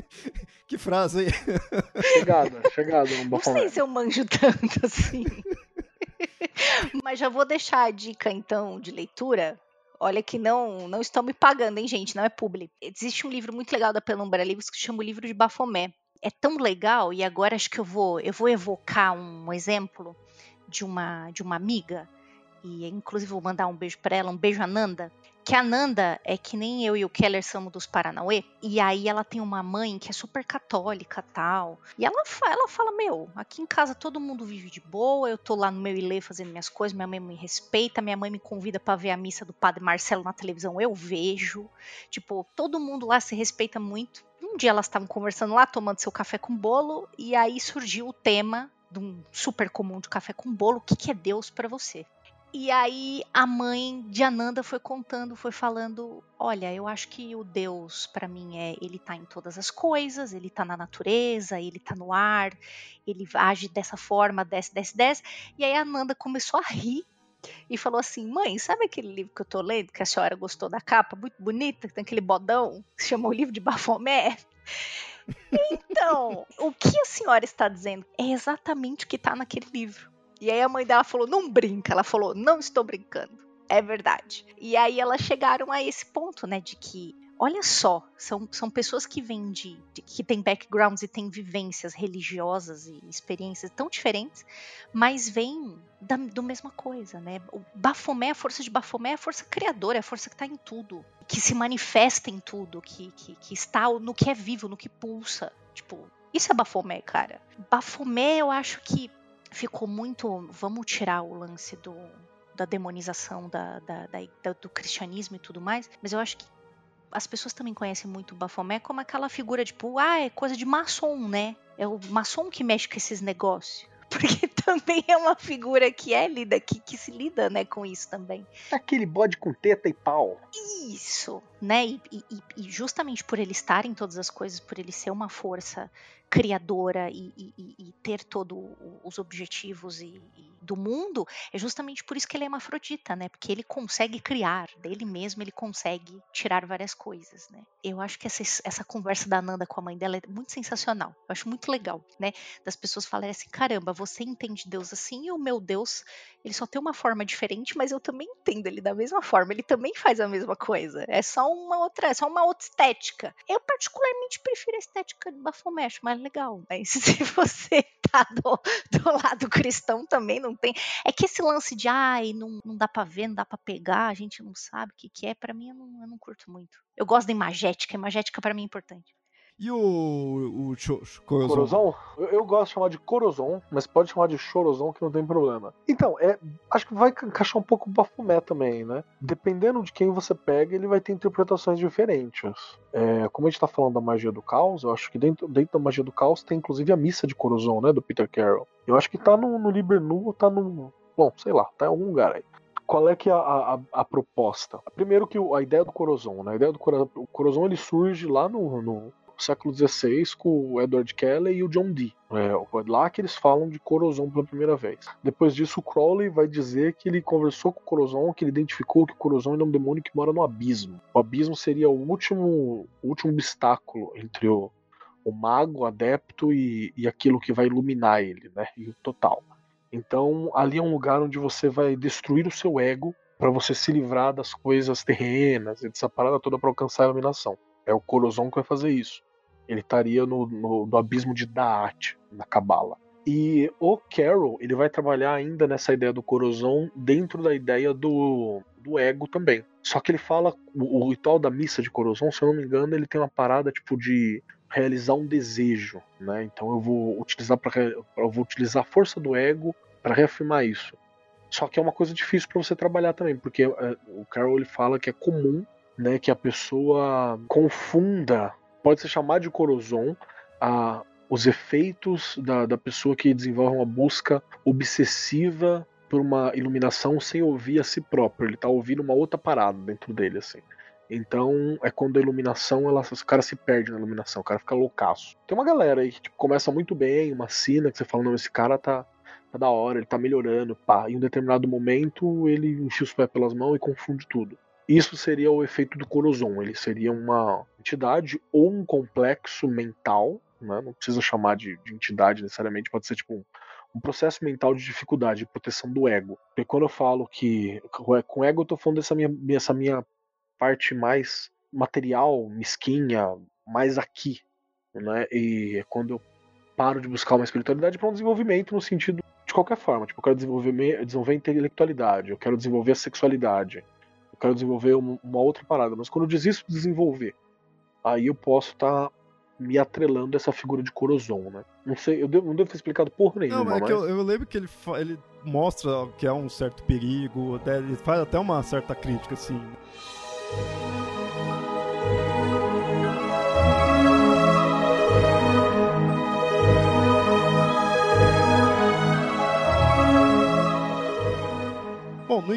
Que frase aí. Chegada, chegada no Baphomet. Não sei se eu manjo tanto assim. Mas já vou deixar a dica então de leitura. Olha que não, não estão me pagando, hein, gente? Não é publi. Existe um livro muito legal da Penumbra Livros que se chama o Livro de Baphomet. É tão legal, e agora acho que eu vou, eu vou evocar um exemplo de uma, de uma amiga. E inclusive vou mandar um beijo pra ela, um beijo a Nanda, que a Nanda é que nem eu e o Keller somos dos Paranauê, e aí ela tem uma mãe que é super católica tal, e ela, ela fala, meu, aqui em casa todo mundo vive de boa, eu tô lá no meu ilê fazendo minhas coisas, minha mãe me respeita, minha mãe me convida pra ver a missa do Padre Marcelo na televisão, eu vejo, tipo, todo mundo lá se respeita muito. Um dia elas estavam conversando lá, tomando seu café com bolo, e aí surgiu o tema de um super comum de café com bolo, o que, que é Deus pra você? E aí a mãe de Ananda foi contando, foi falando, olha, eu acho que o Deus para mim é, ele tá em todas as coisas, ele tá na natureza, ele tá no ar, ele age dessa forma, desce, desce, desce. E aí a Ananda começou a rir e falou assim, mãe, sabe aquele livro que eu tô lendo, que a senhora gostou da capa, muito bonita, que tem aquele bodão, que se chama o livro de Baphomet? Então, o que a senhora está dizendo é exatamente o que tá naquele livro. E aí a mãe dela falou, não brinca. Ela falou, não estou brincando. É verdade. E aí elas chegaram a esse ponto, né, de que, olha só, são, são pessoas que vêm de, de, que têm backgrounds e têm vivências religiosas e experiências tão diferentes, mas vêm da do mesma coisa, né? O Baphomet, a força de Baphomet é a força criadora, é a força que está em tudo, que se manifesta em tudo, que, que, que está no que é vivo, no que pulsa. Tipo, isso é Baphomet, cara. Baphomet, eu acho que ficou muito, vamos tirar o lance do, da demonização da, da, da, do cristianismo e tudo mais, mas eu acho que as pessoas também conhecem muito o Baphomet como aquela figura tipo, ah, é coisa de maçom, né? É o maçom que mexe com esses negócios. Porque também é uma figura que é lida, que, que se lida, né, com isso também. Aquele bode com teta e pau. Isso, né? E, e, e justamente por ele estar em todas as coisas, por ele ser uma força criadora e, e, e ter todos os objetivos e, e do mundo, é justamente por isso que ele é hermafrodita, né? Porque ele consegue criar, dele mesmo ele consegue tirar várias coisas, né? Eu acho que essa, essa conversa da Ananda com a mãe dela é muito sensacional. Eu acho muito legal, né? Das pessoas falarem assim, caramba, você entende Deus assim e o meu Deus, ele só tem uma forma diferente, mas eu também entendo ele da mesma forma, ele também faz a mesma coisa. É só uma outra, é só uma outra estética. Eu particularmente prefiro a estética de Baphomet, acho mais legal, mas se você tá do, do lado cristão também não tem. É que esse lance de ai, não, não dá pra ver, não dá pra pegar, a gente não sabe o que, que é, pra mim eu não, eu não curto muito. Eu gosto da imagética, a imagética pra mim é importante. E o, o cho, Corozon? Corozon? Eu, eu gosto de chamar de Corozon, mas pode chamar de Chorozon que não tem problema. Então, é, acho que vai encaixar um pouco o Baphomet também, né? Dependendo de quem você pega, ele vai ter interpretações diferentes. É, como a gente tá falando da magia do caos, eu acho que dentro, dentro da magia do caos tem inclusive a missa de Corozon, né? Do Peter Carroll. Eu acho que tá no, no Liber Nu ou tá no... Bom, sei lá, tá em algum lugar aí. Qual é que é a, a, a proposta? Primeiro que o, a ideia do Corozon, né? A ideia do Corozon, o Corozon ele surge lá no... no século dezesseis com o Edward Kelly e o John Dee. É lá que eles falam de Corozon pela primeira vez. Depois disso, o Crowley vai dizer que ele conversou com o Corozon, que ele identificou que o Corozon é um demônio que mora no abismo. O abismo seria o último, o último obstáculo entre o, o mago, o adepto e, e aquilo que vai iluminar ele, né? E o total. Então, ali é um lugar onde você vai destruir o seu ego para você se livrar das coisas terrenas e dessa parada toda para alcançar a iluminação. É o Corozon que vai fazer isso. Ele estaria no, no, no abismo de Da'at, na Cabala. E o Carroll, ele vai trabalhar ainda nessa ideia do Corozon dentro da ideia do, do ego também. Só que ele fala, o, o ritual da missa de Corozon, se eu não me engano, ele tem uma parada tipo de realizar um desejo, né? Então eu vou utilizar pra, eu vou utilizar a força do ego para reafirmar isso. Só que é uma coisa difícil para você trabalhar também, porque é, o Carroll ele fala que é comum, né, que a pessoa confunda, pode se chamar de Corozon, a, os efeitos da, da pessoa que desenvolve uma busca obsessiva por uma iluminação sem ouvir a si próprio. Ele tá ouvindo uma outra parada dentro dele, assim. Então é quando a iluminação, ela, o cara se perde na iluminação, o cara fica loucaço. Tem uma galera aí que tipo, começa muito bem, uma cena que você fala, não, esse cara tá, tá da hora, ele tá melhorando, pá. Em um determinado momento ele enfia os pés pelas mãos e confunde tudo. Isso seria o efeito do Corozon, ele seria uma entidade ou um complexo mental, né? Não precisa chamar de, de entidade necessariamente, pode ser tipo um, um processo mental de dificuldade, de proteção do ego. Porque quando eu falo que com ego eu tô falando dessa minha, dessa minha parte mais material, mesquinha, mais aqui, né? E é quando eu paro de buscar uma espiritualidade para um desenvolvimento no sentido de qualquer forma, tipo, eu quero desenvolver, desenvolver a intelectualidade, eu quero desenvolver a sexualidade, eu quero desenvolver uma outra parada, mas quando eu desisto de desenvolver, aí eu posso estar tá me atrelando a essa figura de Corozon, né? Não sei, eu devo, não devo ter explicado porra nenhuma, não, mas, é mas... que eu, eu lembro que ele, ele mostra que há um certo perigo, até, ele faz até uma certa crítica, assim. Bom,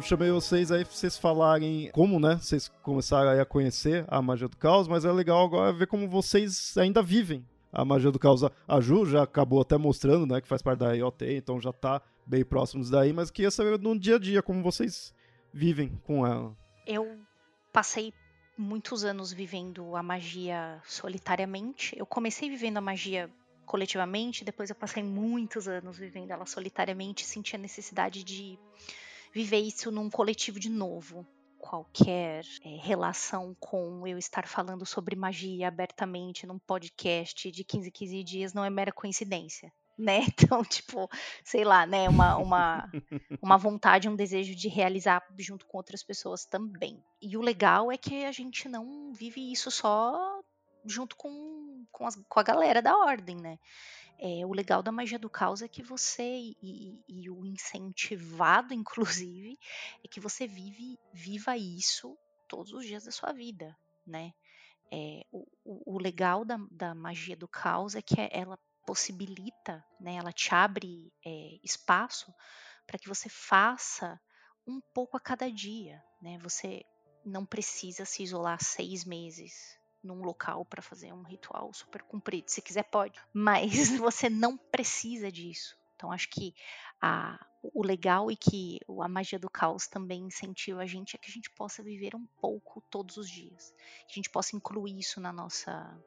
chamei vocês aí pra vocês falarem como, né, vocês começaram aí a conhecer a magia do caos, mas é legal agora ver como vocês ainda vivem a magia do caos. A Ju já acabou até mostrando, né, que faz parte da I O T, então já tá bem próximos daí, mas queria saber no dia a dia como vocês vivem com ela. Eu passei muitos anos vivendo a magia solitariamente. Eu comecei vivendo a magia coletivamente, depois eu passei muitos anos vivendo ela solitariamente e senti a necessidade de viver isso num coletivo de novo. Qualquer é, relação com eu estar falando sobre magia abertamente num podcast de quinze em quinze dias não é mera coincidência, né? Então, tipo, sei lá, né? Uma, uma, uma vontade, um desejo de realizar junto com outras pessoas também. E o legal é que a gente não vive isso só junto com, com, as, com a galera da ordem, né? É, o legal da magia do caos é que você, e, e, e o incentivado, inclusive, é que você vive, viva isso todos os dias da sua vida, né? É, o, o, o legal da, da magia do caos é que ela possibilita, né? Ela te abre é, espaço para que você faça um pouco a cada dia, né? Você não precisa se isolar seis meses num local para fazer um ritual super comprido. Se quiser, pode. Mas você não precisa disso. Então, acho que a, o legal e que a magia do caos também incentiva a gente é que a gente possa viver um pouco todos os dias. Que a gente possa incluir isso na nossa,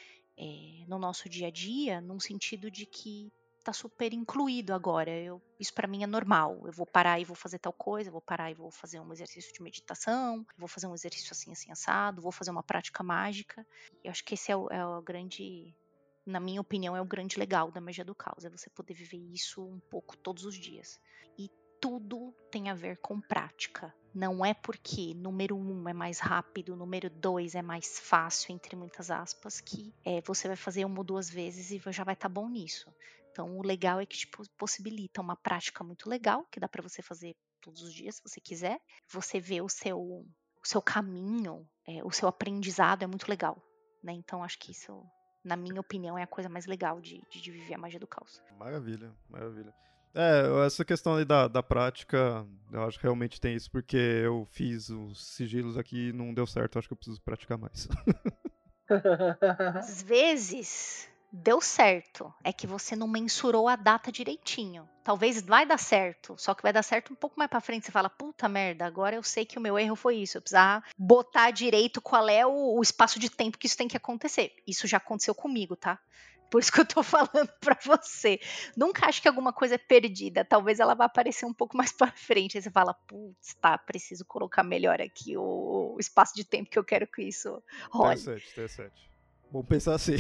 é, no nosso dia a dia, num sentido de que tá super incluído agora. Eu, isso para mim é normal. Eu vou parar e vou fazer tal coisa, eu vou parar e vou fazer um exercício de meditação, vou fazer um exercício assim, assim, assado, vou fazer uma prática mágica. Eu acho que esse é o, é o grande, na minha opinião, é o grande legal da magia do caos, é você poder viver isso um pouco todos os dias. E tudo tem a ver com prática. Não é porque número um é mais rápido, número dois é mais fácil, entre muitas aspas, que é, você vai fazer uma ou duas vezes e já vai estar tá bom nisso. Então, o legal é que te possibilita uma prática muito legal, que dá para você fazer todos os dias, se você quiser. Você vê o seu, o seu caminho, é, o seu aprendizado é muito legal, né? Então, acho que isso, na minha opinião, é a coisa mais legal de, de, de viver a magia do caos. Maravilha, maravilha. É, essa questão aí da, da prática, eu acho que realmente tem isso, porque eu fiz os sigilos aqui e não deu certo, eu acho que eu preciso praticar mais. Às vezes deu certo, é que você não mensurou a data direitinho. Talvez vai dar certo, só que vai dar certo um pouco mais pra frente. Você fala, puta merda, agora eu sei que o meu erro foi isso. Eu precisava botar direito qual é o, o espaço de tempo que isso tem que acontecer. Isso já aconteceu comigo, tá? Por isso que eu tô falando pra você. Nunca acho que alguma coisa é perdida. Talvez ela vá aparecer um pouco mais pra frente. Aí você fala, putz, tá, preciso colocar melhor aqui o, o espaço de tempo que eu quero que isso role. Interessante, interessante. Vamos pensar assim.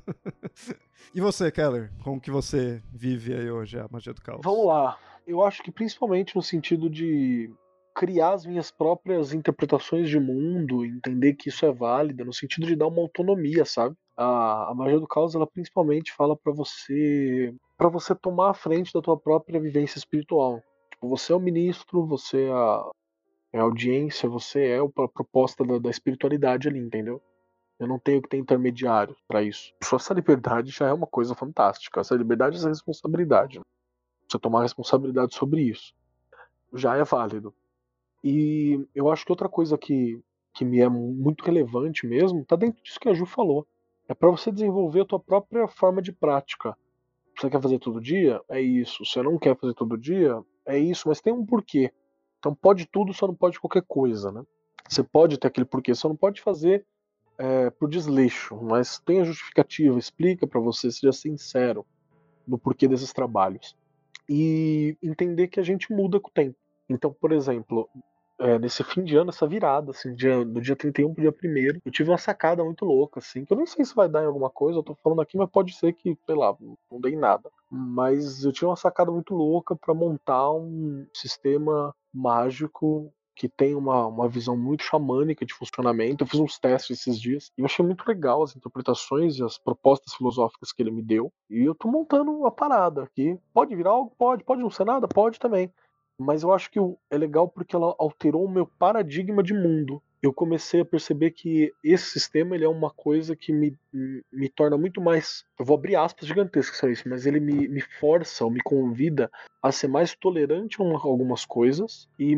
E você, Keller? Como que você vive aí hoje a magia do caos? Vamos lá. Eu acho que principalmente no sentido de criar as minhas próprias interpretações de mundo, entender que isso é válido, no sentido de dar uma autonomia, sabe? A, a magia do caos, ela principalmente fala para você, para você tomar a frente da tua própria vivência espiritual. Tipo, você é o ministro, você é a, é a audiência, você é a proposta da, da espiritualidade ali, entendeu? Eu não tenho que ter intermediário para isso. Essa liberdade já é uma coisa fantástica. Essa liberdade é essa responsabilidade. Você tomar responsabilidade sobre isso já é válido. E eu acho que outra coisa que, que me é muito relevante mesmo tá dentro disso que a Ju falou. É para você desenvolver a tua própria forma de prática. Você quer fazer todo dia? É isso. Você não quer fazer todo dia? É isso. Mas tem um porquê. Então pode tudo, só não pode qualquer coisa, né? Você pode ter aquele porquê, só não pode fazer É, por desleixo, mas tenha justificativa, explica para você, seja sincero no porquê desses trabalhos. E entender que a gente muda com o tempo. Então, por exemplo, é, nesse fim de ano, essa virada, assim, dia, do dia trinta e um pro dia primeiro, eu tive uma sacada muito louca, assim, que eu nem sei se vai dar em alguma coisa, eu tô falando aqui, mas pode ser que, sei lá, não dê em nada. Mas eu tive uma sacada muito louca para montar um sistema mágico que tem uma, uma visão muito xamânica de funcionamento. Eu fiz uns testes esses dias e eu achei muito legal as interpretações e as propostas filosóficas que ele me deu. E eu tô montando uma parada aqui. Pode virar algo? Pode. Pode não ser nada? Pode também. Mas eu acho que é legal porque ela alterou o meu paradigma de mundo. Eu comecei a perceber que esse sistema ele é uma coisa que me, me torna muito mais... Eu vou abrir aspas gigantescas para isso, mas ele me, me força ou me convida a ser mais tolerante a algumas coisas e me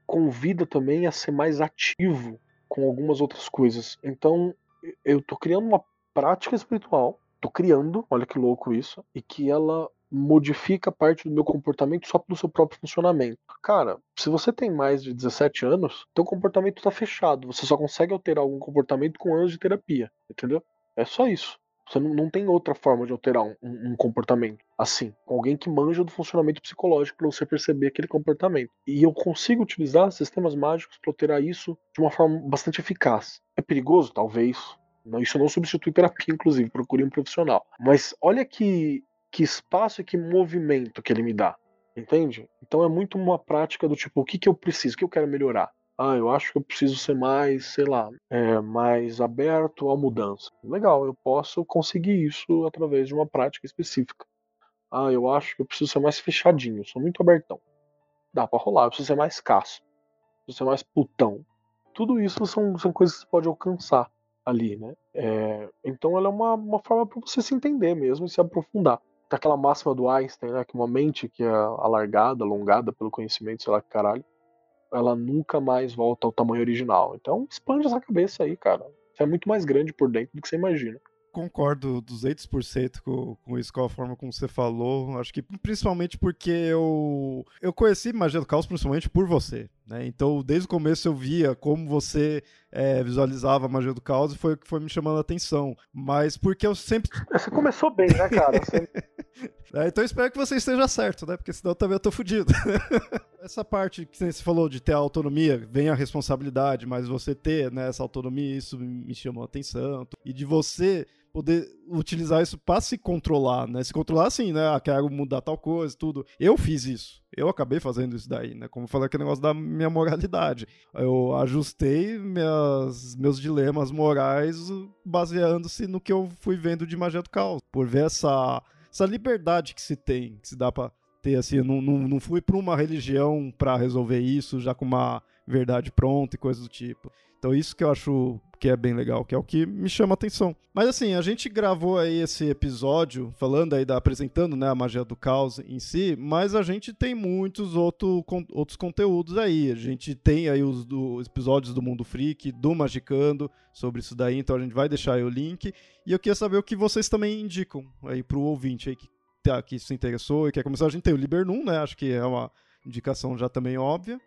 convida também a ser mais ativo com algumas outras coisas. Então, eu tô criando uma prática espiritual, tô criando, olha que louco isso, e que ela modifica parte do meu comportamento só pelo seu próprio funcionamento. Cara, se você tem mais de dezessete anos, teu comportamento tá fechado, você só consegue alterar algum comportamento com anos de terapia, entendeu? É só isso. Você não, não tem outra forma de alterar um, um, um comportamento assim, com alguém que manja do funcionamento psicológico para você perceber aquele comportamento. E eu consigo utilizar sistemas mágicos para alterar isso de uma forma bastante eficaz. É perigoso? Talvez. Não, isso não substitui terapia, inclusive, procure um profissional. Mas olha que, que espaço e que movimento que ele me dá, entende? Então é muito uma prática do tipo, o que, que eu preciso, o que eu quero melhorar? Ah, eu acho que eu preciso ser mais, sei lá, é, mais aberto à mudança. Legal, eu posso conseguir isso através de uma prática específica. Ah, eu acho que eu preciso ser mais fechadinho, eu sou muito abertão. Dá pra rolar, eu preciso ser mais caço, eu preciso ser mais putão. Tudo isso são, são coisas que você pode alcançar ali, né? É, então ela é uma, uma forma para você se entender mesmo e se aprofundar. Tem aquela máxima do Einstein, né? Que uma mente que é alargada, alongada pelo conhecimento, sei lá que caralho, ela nunca mais volta ao tamanho original. Então expande essa cabeça aí, cara. Você é muito mais grande por dentro do que você imagina. Concordo duzentos por cento com, com isso, com a forma como você falou. Acho que principalmente porque eu, eu conheci Magia do Caos principalmente por você, né? Então, desde o começo eu via como você é, visualizava a Magia do Caos e foi o que foi me chamando a atenção. Mas porque eu sempre... Você começou bem, né, cara? Você... é, então eu espero que você esteja certo, né? Porque senão também eu tô fudido. Essa parte que você falou de ter a autonomia, vem a responsabilidade, mas você ter, né, essa autonomia, isso me chamou a atenção. E de você poder utilizar isso para se controlar, né? Se controlar assim, né? Ah, quero mudar tal coisa, tudo. Eu fiz isso. Eu acabei fazendo isso daí, né? Como eu falei, aquele negócio da minha moralidade. Eu ajustei minhas, meus dilemas morais baseando-se no que eu fui vendo de Magia do Caos. Por ver essa, essa liberdade que se tem, que se dá pra ter, assim. Eu não, não, não fui pra uma religião pra resolver isso, já com uma verdade pronta e coisa do tipo. Então isso que eu acho que é bem legal, que é o que me chama a atenção. Mas assim, a gente gravou aí esse episódio falando aí, da, apresentando, né, a Magia do Caos em si, mas a gente tem muitos outro, com, outros conteúdos aí. A gente tem aí os, do, episódios do Mundo Freak, do Magicando, sobre isso daí, então a gente vai deixar aí o link. E eu queria saber o que vocês também indicam aí pro ouvinte aí que, tá, que se interessou e quer começar. A gente tem o Libernum, né, acho que é uma indicação já também óbvia.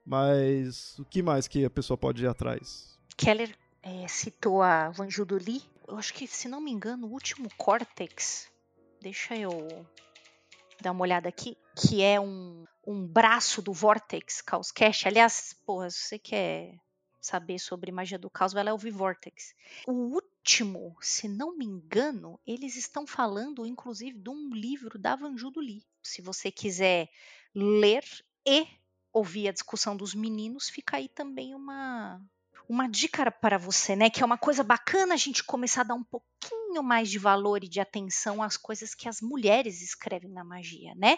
Mas o que mais que a pessoa pode ir atrás? Keller é, citou a Vanjudo Lee. Eu acho que, se não me engano, o último Cortex, deixa eu dar uma olhada aqui, que é um, um braço do Vortex Chaos Cash. Aliás, porra, se você quer saber sobre Magia do Caos, vai lá ouvir Vortex. O último, se não me engano, eles estão falando, inclusive, de um livro da Vanjudo Lee. Se você quiser ler e ouvir a discussão dos meninos, fica aí também uma, uma dica para você, né? Que é uma coisa bacana a gente começar a dar um pouquinho mais de valor e de atenção às coisas que as mulheres escrevem na magia, né?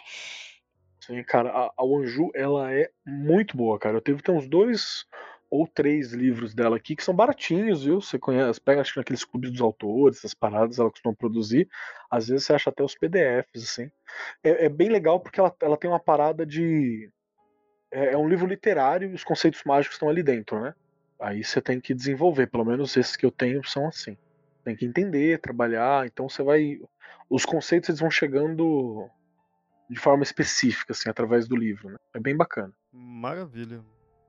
Sim, cara, a, a Wanju, ela é muito boa, cara. Eu tenho, tem uns dois ou três livros dela aqui que são baratinhos, viu? Você conhece, pega acho que naqueles clubes dos autores, essas paradas ela costuma produzir. Às vezes você acha até os P D Fs, assim. É, é bem legal porque ela, ela tem uma parada de... É, é um livro literário e os conceitos mágicos estão ali dentro, né? Aí você tem que desenvolver, pelo menos esses que eu tenho são assim. Tem que entender, trabalhar, então você vai... Os conceitos eles vão chegando de forma específica, assim, através do livro, né? É bem bacana. Maravilha.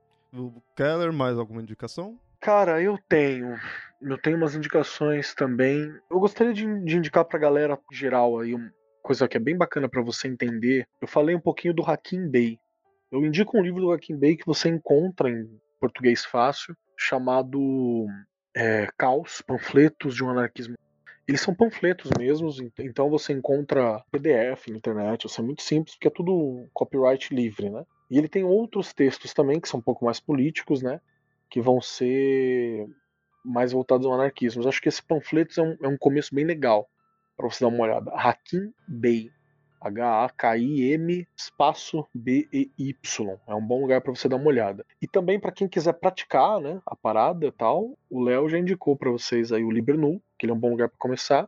O Keller, mais alguma indicação? Cara, eu tenho. Eu tenho umas indicações também. Eu gostaria de, de indicar pra galera geral aí uma coisa que é bem bacana pra você entender. Eu falei um pouquinho do Hakim Bey. Eu indico um livro do Hakim Bey que você encontra em português fácil, chamado é, Caos, Panfletos de um Anarquismo. Eles são panfletos mesmos, então você encontra P D F na internet, isso é muito simples, porque é tudo copyright livre, né? E ele tem outros textos também, que são um pouco mais políticos, né? Que vão ser mais voltados ao anarquismo. Mas acho que esse panfletos é um, é um começo bem legal, para você dar uma olhada. Hakim Bey. H A K I M espaço B E Y. É um bom lugar para você dar uma olhada. E também para quem quiser praticar, né, a parada e tal, o Léo já indicou para vocês aí o Libernum, que ele é um bom lugar para começar.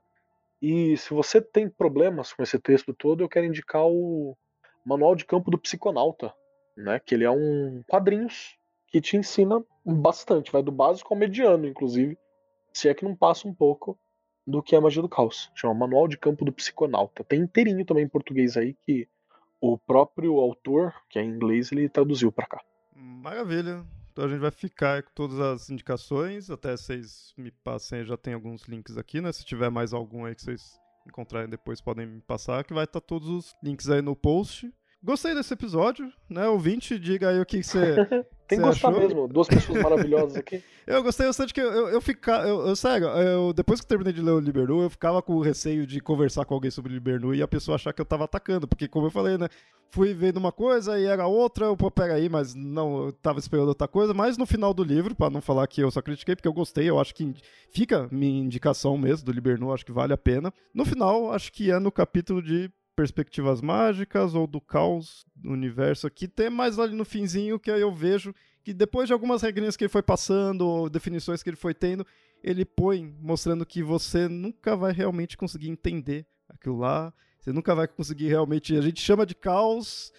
E se você tem problemas com esse texto todo, eu quero indicar o Manual de Campo do Psiconauta, né? Que ele é um quadrinhos que te ensina bastante, vai do básico ao mediano, inclusive, se é que não passa um pouco do que é a magia do caos. Chama Manual de Campo do Psiconauta. Tem inteirinho também em português aí que o próprio autor, que é em inglês, ele traduziu pra cá. Maravilha. Então a gente vai ficar com todas as indicações, até vocês me passem, já tem alguns links aqui, né? Se tiver mais algum aí que vocês encontrarem depois, podem me passar, que vai estar todos os links aí no post. Gostei desse episódio, né? Ouvinte, diga aí o que você Tem que gostar achou. mesmo, duas pessoas maravilhosas aqui. Eu gostei bastante que eu, eu, eu ficava, eu, eu, sério, eu, depois que eu terminei de ler o Libernu, eu ficava com o receio de conversar com alguém sobre o Libernu e a pessoa achar que eu tava atacando, porque como eu falei, né, fui vendo uma coisa e era outra, eu, pô, peraí, mas não, eu tava esperando outra coisa, mas no final do livro, pra não falar que eu só critiquei, porque eu gostei, eu acho que fica minha indicação mesmo do Libernu, acho que vale a pena. No final, acho que é no capítulo de Perspectivas Mágicas ou do Caos do Universo aqui, tem mais ali no finzinho que aí eu vejo que depois de algumas regrinhas que ele foi passando, ou definições que ele foi tendo, ele põe mostrando que você nunca vai realmente conseguir entender aquilo lá, você nunca vai conseguir realmente, a gente chama de caos,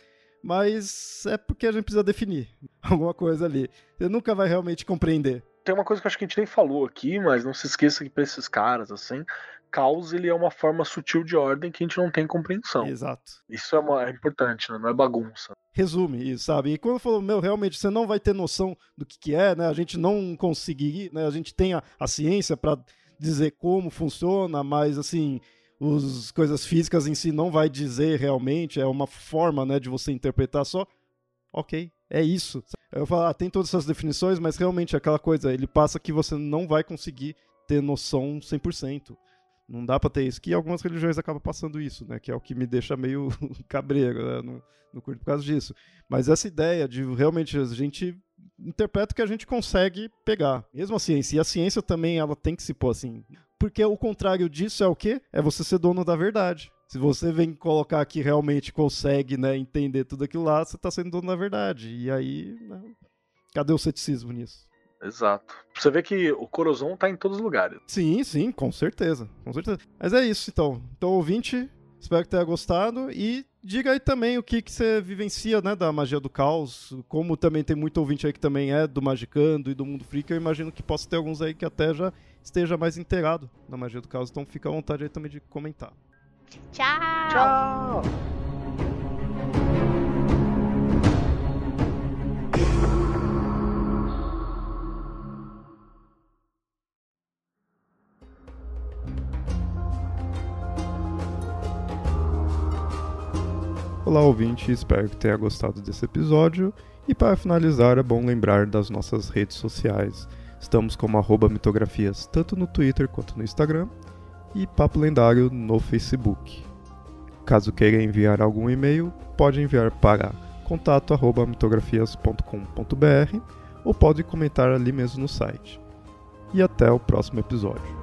mas é porque a gente precisa definir alguma coisa ali, você nunca vai realmente compreender. Tem uma coisa que eu acho que a gente nem falou aqui, mas não se esqueça que pra esses caras, assim, caos ele é uma forma sutil de ordem que a gente não tem compreensão. Exato. Isso é, uma, é importante, né? Não é bagunça. Resume isso, sabe? E quando falou, meu, realmente você não vai ter noção do que, que é, né? A gente não conseguir, né? A gente tem a, a ciência para dizer como funciona, mas assim, as coisas físicas em si não vai dizer realmente, é uma forma, né, de você interpretar só. Ok, é isso. Eu falo, ah, tem todas essas definições, mas realmente é aquela coisa, ele passa que você não vai conseguir ter noção cem por cento. Não dá pra ter isso, que algumas religiões acabam passando isso, né? Que é o que me deixa meio cabreiro, né? No, no curto por causa disso. Mas essa ideia de realmente a gente interpreta o que a gente consegue pegar. Mesmo a ciência. E a ciência também, ela tem que se pôr assim. Porque o contrário disso é o quê? É você ser dono da verdade. Se você vem colocar que realmente consegue, né, entender tudo aquilo lá, você tá sendo dono da verdade. E aí, né? Cadê o ceticismo nisso? Exato. Você vê que o Corozon tá em todos os lugares. Sim, sim, com certeza. Com certeza. Mas é isso, então. Então, ouvinte, espero que tenha gostado. E diga aí também o que, que você vivencia, né, da magia do caos. Como também tem muito ouvinte aí que também é do Magicando e do Mundo Freak, eu imagino que possa ter alguns aí que até já esteja mais inteirado na magia do caos. Então fica à vontade aí também de comentar. Tchau! Tchau! Olá, ouvinte, espero que tenha gostado desse episódio. E para finalizar, é bom lembrar das nossas redes sociais. Estamos como arroba mitografias tanto no Twitter quanto no Instagram e Papo Lendário no Facebook. Caso queira enviar algum e-mail, pode enviar para contato arroba mitografias ponto com ponto br ou pode comentar ali mesmo no site. E até o próximo episódio.